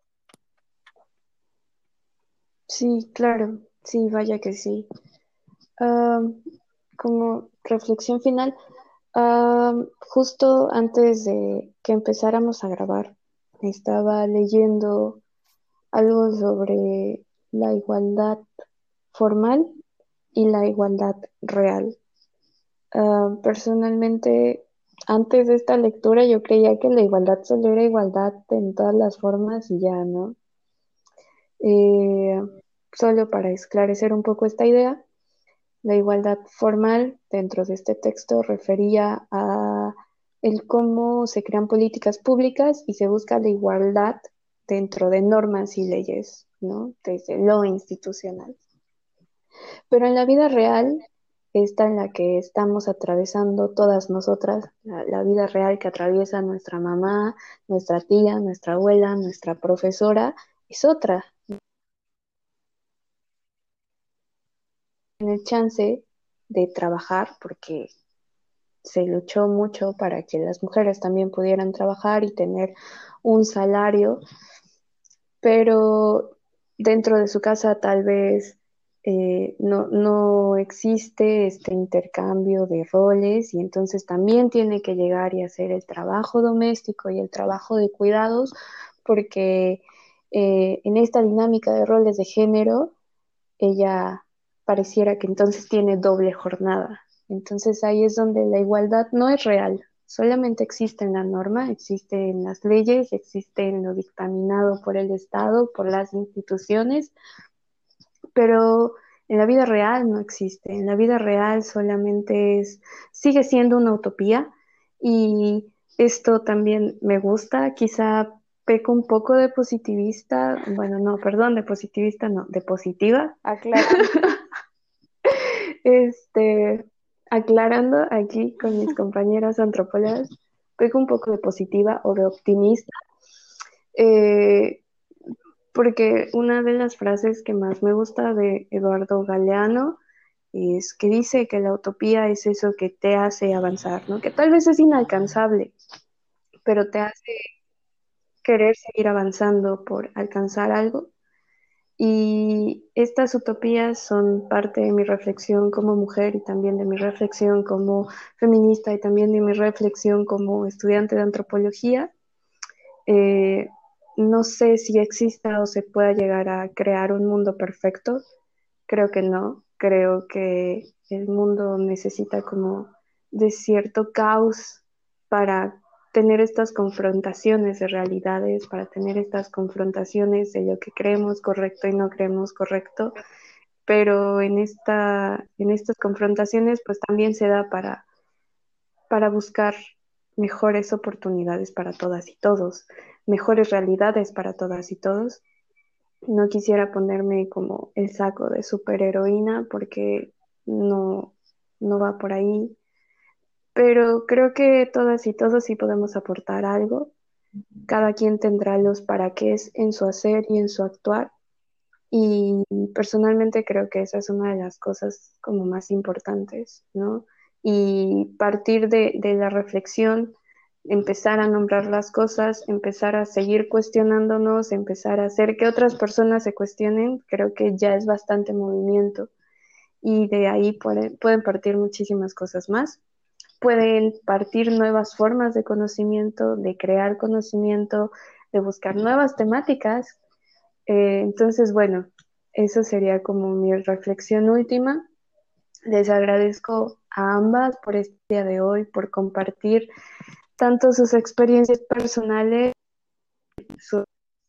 Sí, claro, sí, vaya que sí. Am, Como reflexión final, am, justo antes de que empezáramos a grabar, estaba leyendo algo sobre la igualdad formal y la igualdad real. Ah, personalmente, antes de esta lectura yo creía que la igualdad solo era igualdad en todas las formas y ya, ¿no? Eh, Solo para esclarecer un poco esta idea, la igualdad formal dentro de este texto refería a el cómo se crean políticas públicas y se busca la igualdad dentro de normas y leyes, ¿no? Desde lo institucional. Pero en la vida real, esta en la que estamos atravesando todas nosotras, la, la vida real que atraviesa nuestra mamá, nuestra tía, nuestra abuela, nuestra profesora, es otra. En el chance de trabajar, porque se luchó mucho para que las mujeres también pudieran trabajar y tener un salario, pero dentro de su casa tal vez eh, no, no existe este intercambio de roles y entonces también tiene que llegar y hacer el trabajo doméstico y el trabajo de cuidados porque eh, en esta dinámica de roles de género ella pareciera que entonces tiene doble jornada. Entonces ahí es donde la igualdad no es real, solamente existe en la norma, existe en las leyes, existe en lo dictaminado por el Estado, por las instituciones, pero en la vida real no existe. En la vida real solamente es, sigue siendo una utopía y esto también me gusta, quizá peco un poco de positivista, bueno, no, perdón, de positivista, no, de positiva. Aclarando. Este, aclarando aquí con mis compañeras antropólogas, peco un poco de positiva o de optimista. Eh, porque una de las frases que más me gusta de Eduardo Galeano es que dice que la utopía es eso que te hace avanzar, ¿no? Que tal vez es inalcanzable, pero te hace querer seguir avanzando por alcanzar algo. Y estas utopías son parte de mi reflexión como mujer y también de mi reflexión como feminista y también de mi reflexión como estudiante de antropología. Eh, no sé si exista o se pueda llegar a crear un mundo perfecto. Creo que no. Creo que el mundo necesita como de cierto caos para tener estas confrontaciones de realidades, para tener estas confrontaciones de lo que creemos correcto y no creemos correcto, pero en esta, en estas confrontaciones pues también se da para, para buscar mejores oportunidades para todas y todos, mejores realidades para todas y todos. No quisiera ponerme como el saco de superheroína porque no, no va por ahí, pero creo que todas y todos sí podemos aportar algo. Cada quien tendrá los para qué en su hacer y en su actuar. Y personalmente creo que esa es una de las cosas como más importantes, ¿no? Y partir de, de la reflexión, empezar a nombrar las cosas, empezar a seguir cuestionándonos, empezar a hacer que otras personas se cuestionen, creo que ya es bastante movimiento. Y de ahí puede, pueden partir muchísimas cosas más. Pueden partir nuevas formas de conocimiento, de crear conocimiento, de buscar nuevas temáticas. Eh, entonces, bueno, eso sería como mi reflexión última. Les agradezco a ambas por este día de hoy, por compartir tanto sus experiencias personales, su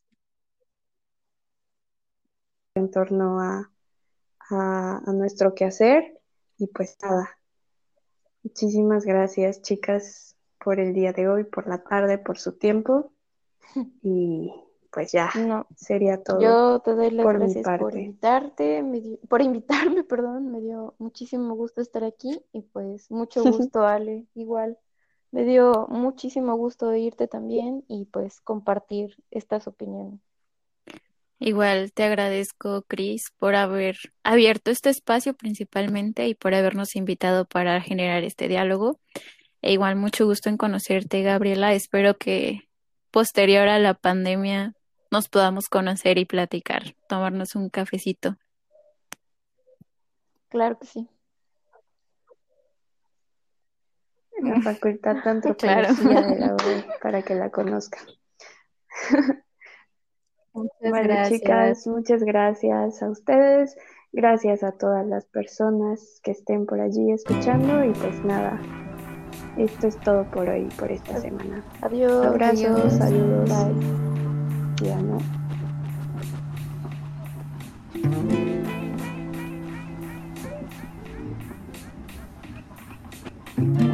en torno a, a, a nuestro quehacer. Y pues nada, muchísimas gracias, chicas, por el día de hoy, por la tarde, por su tiempo. Y pues ya, No, sería todo yo te doy las por mi gracias por parte. invitarte, me dio- por invitarme, perdón, me dio muchísimo gusto estar aquí y pues mucho gusto, Ale, igual. Me dio muchísimo gusto oírte también y pues compartir estas opiniones. Igual te agradezco, Cris, por haber abierto este espacio principalmente y por habernos invitado para generar este diálogo. E igual mucho gusto en conocerte, Gabriela. Espero que posterior a la pandemia nos podamos conocer y platicar, tomarnos un cafecito. Claro que sí. En la Facultad de Claro. Antropología de la U E, para que la conozcan. Muchas Bueno, gracias. chicas, muchas gracias a ustedes, gracias a todas las personas que estén por allí escuchando y pues nada, esto es todo por hoy, por esta semana. Adiós. Abrazos, Adiós. saludos. Bye. Ya, ¿no?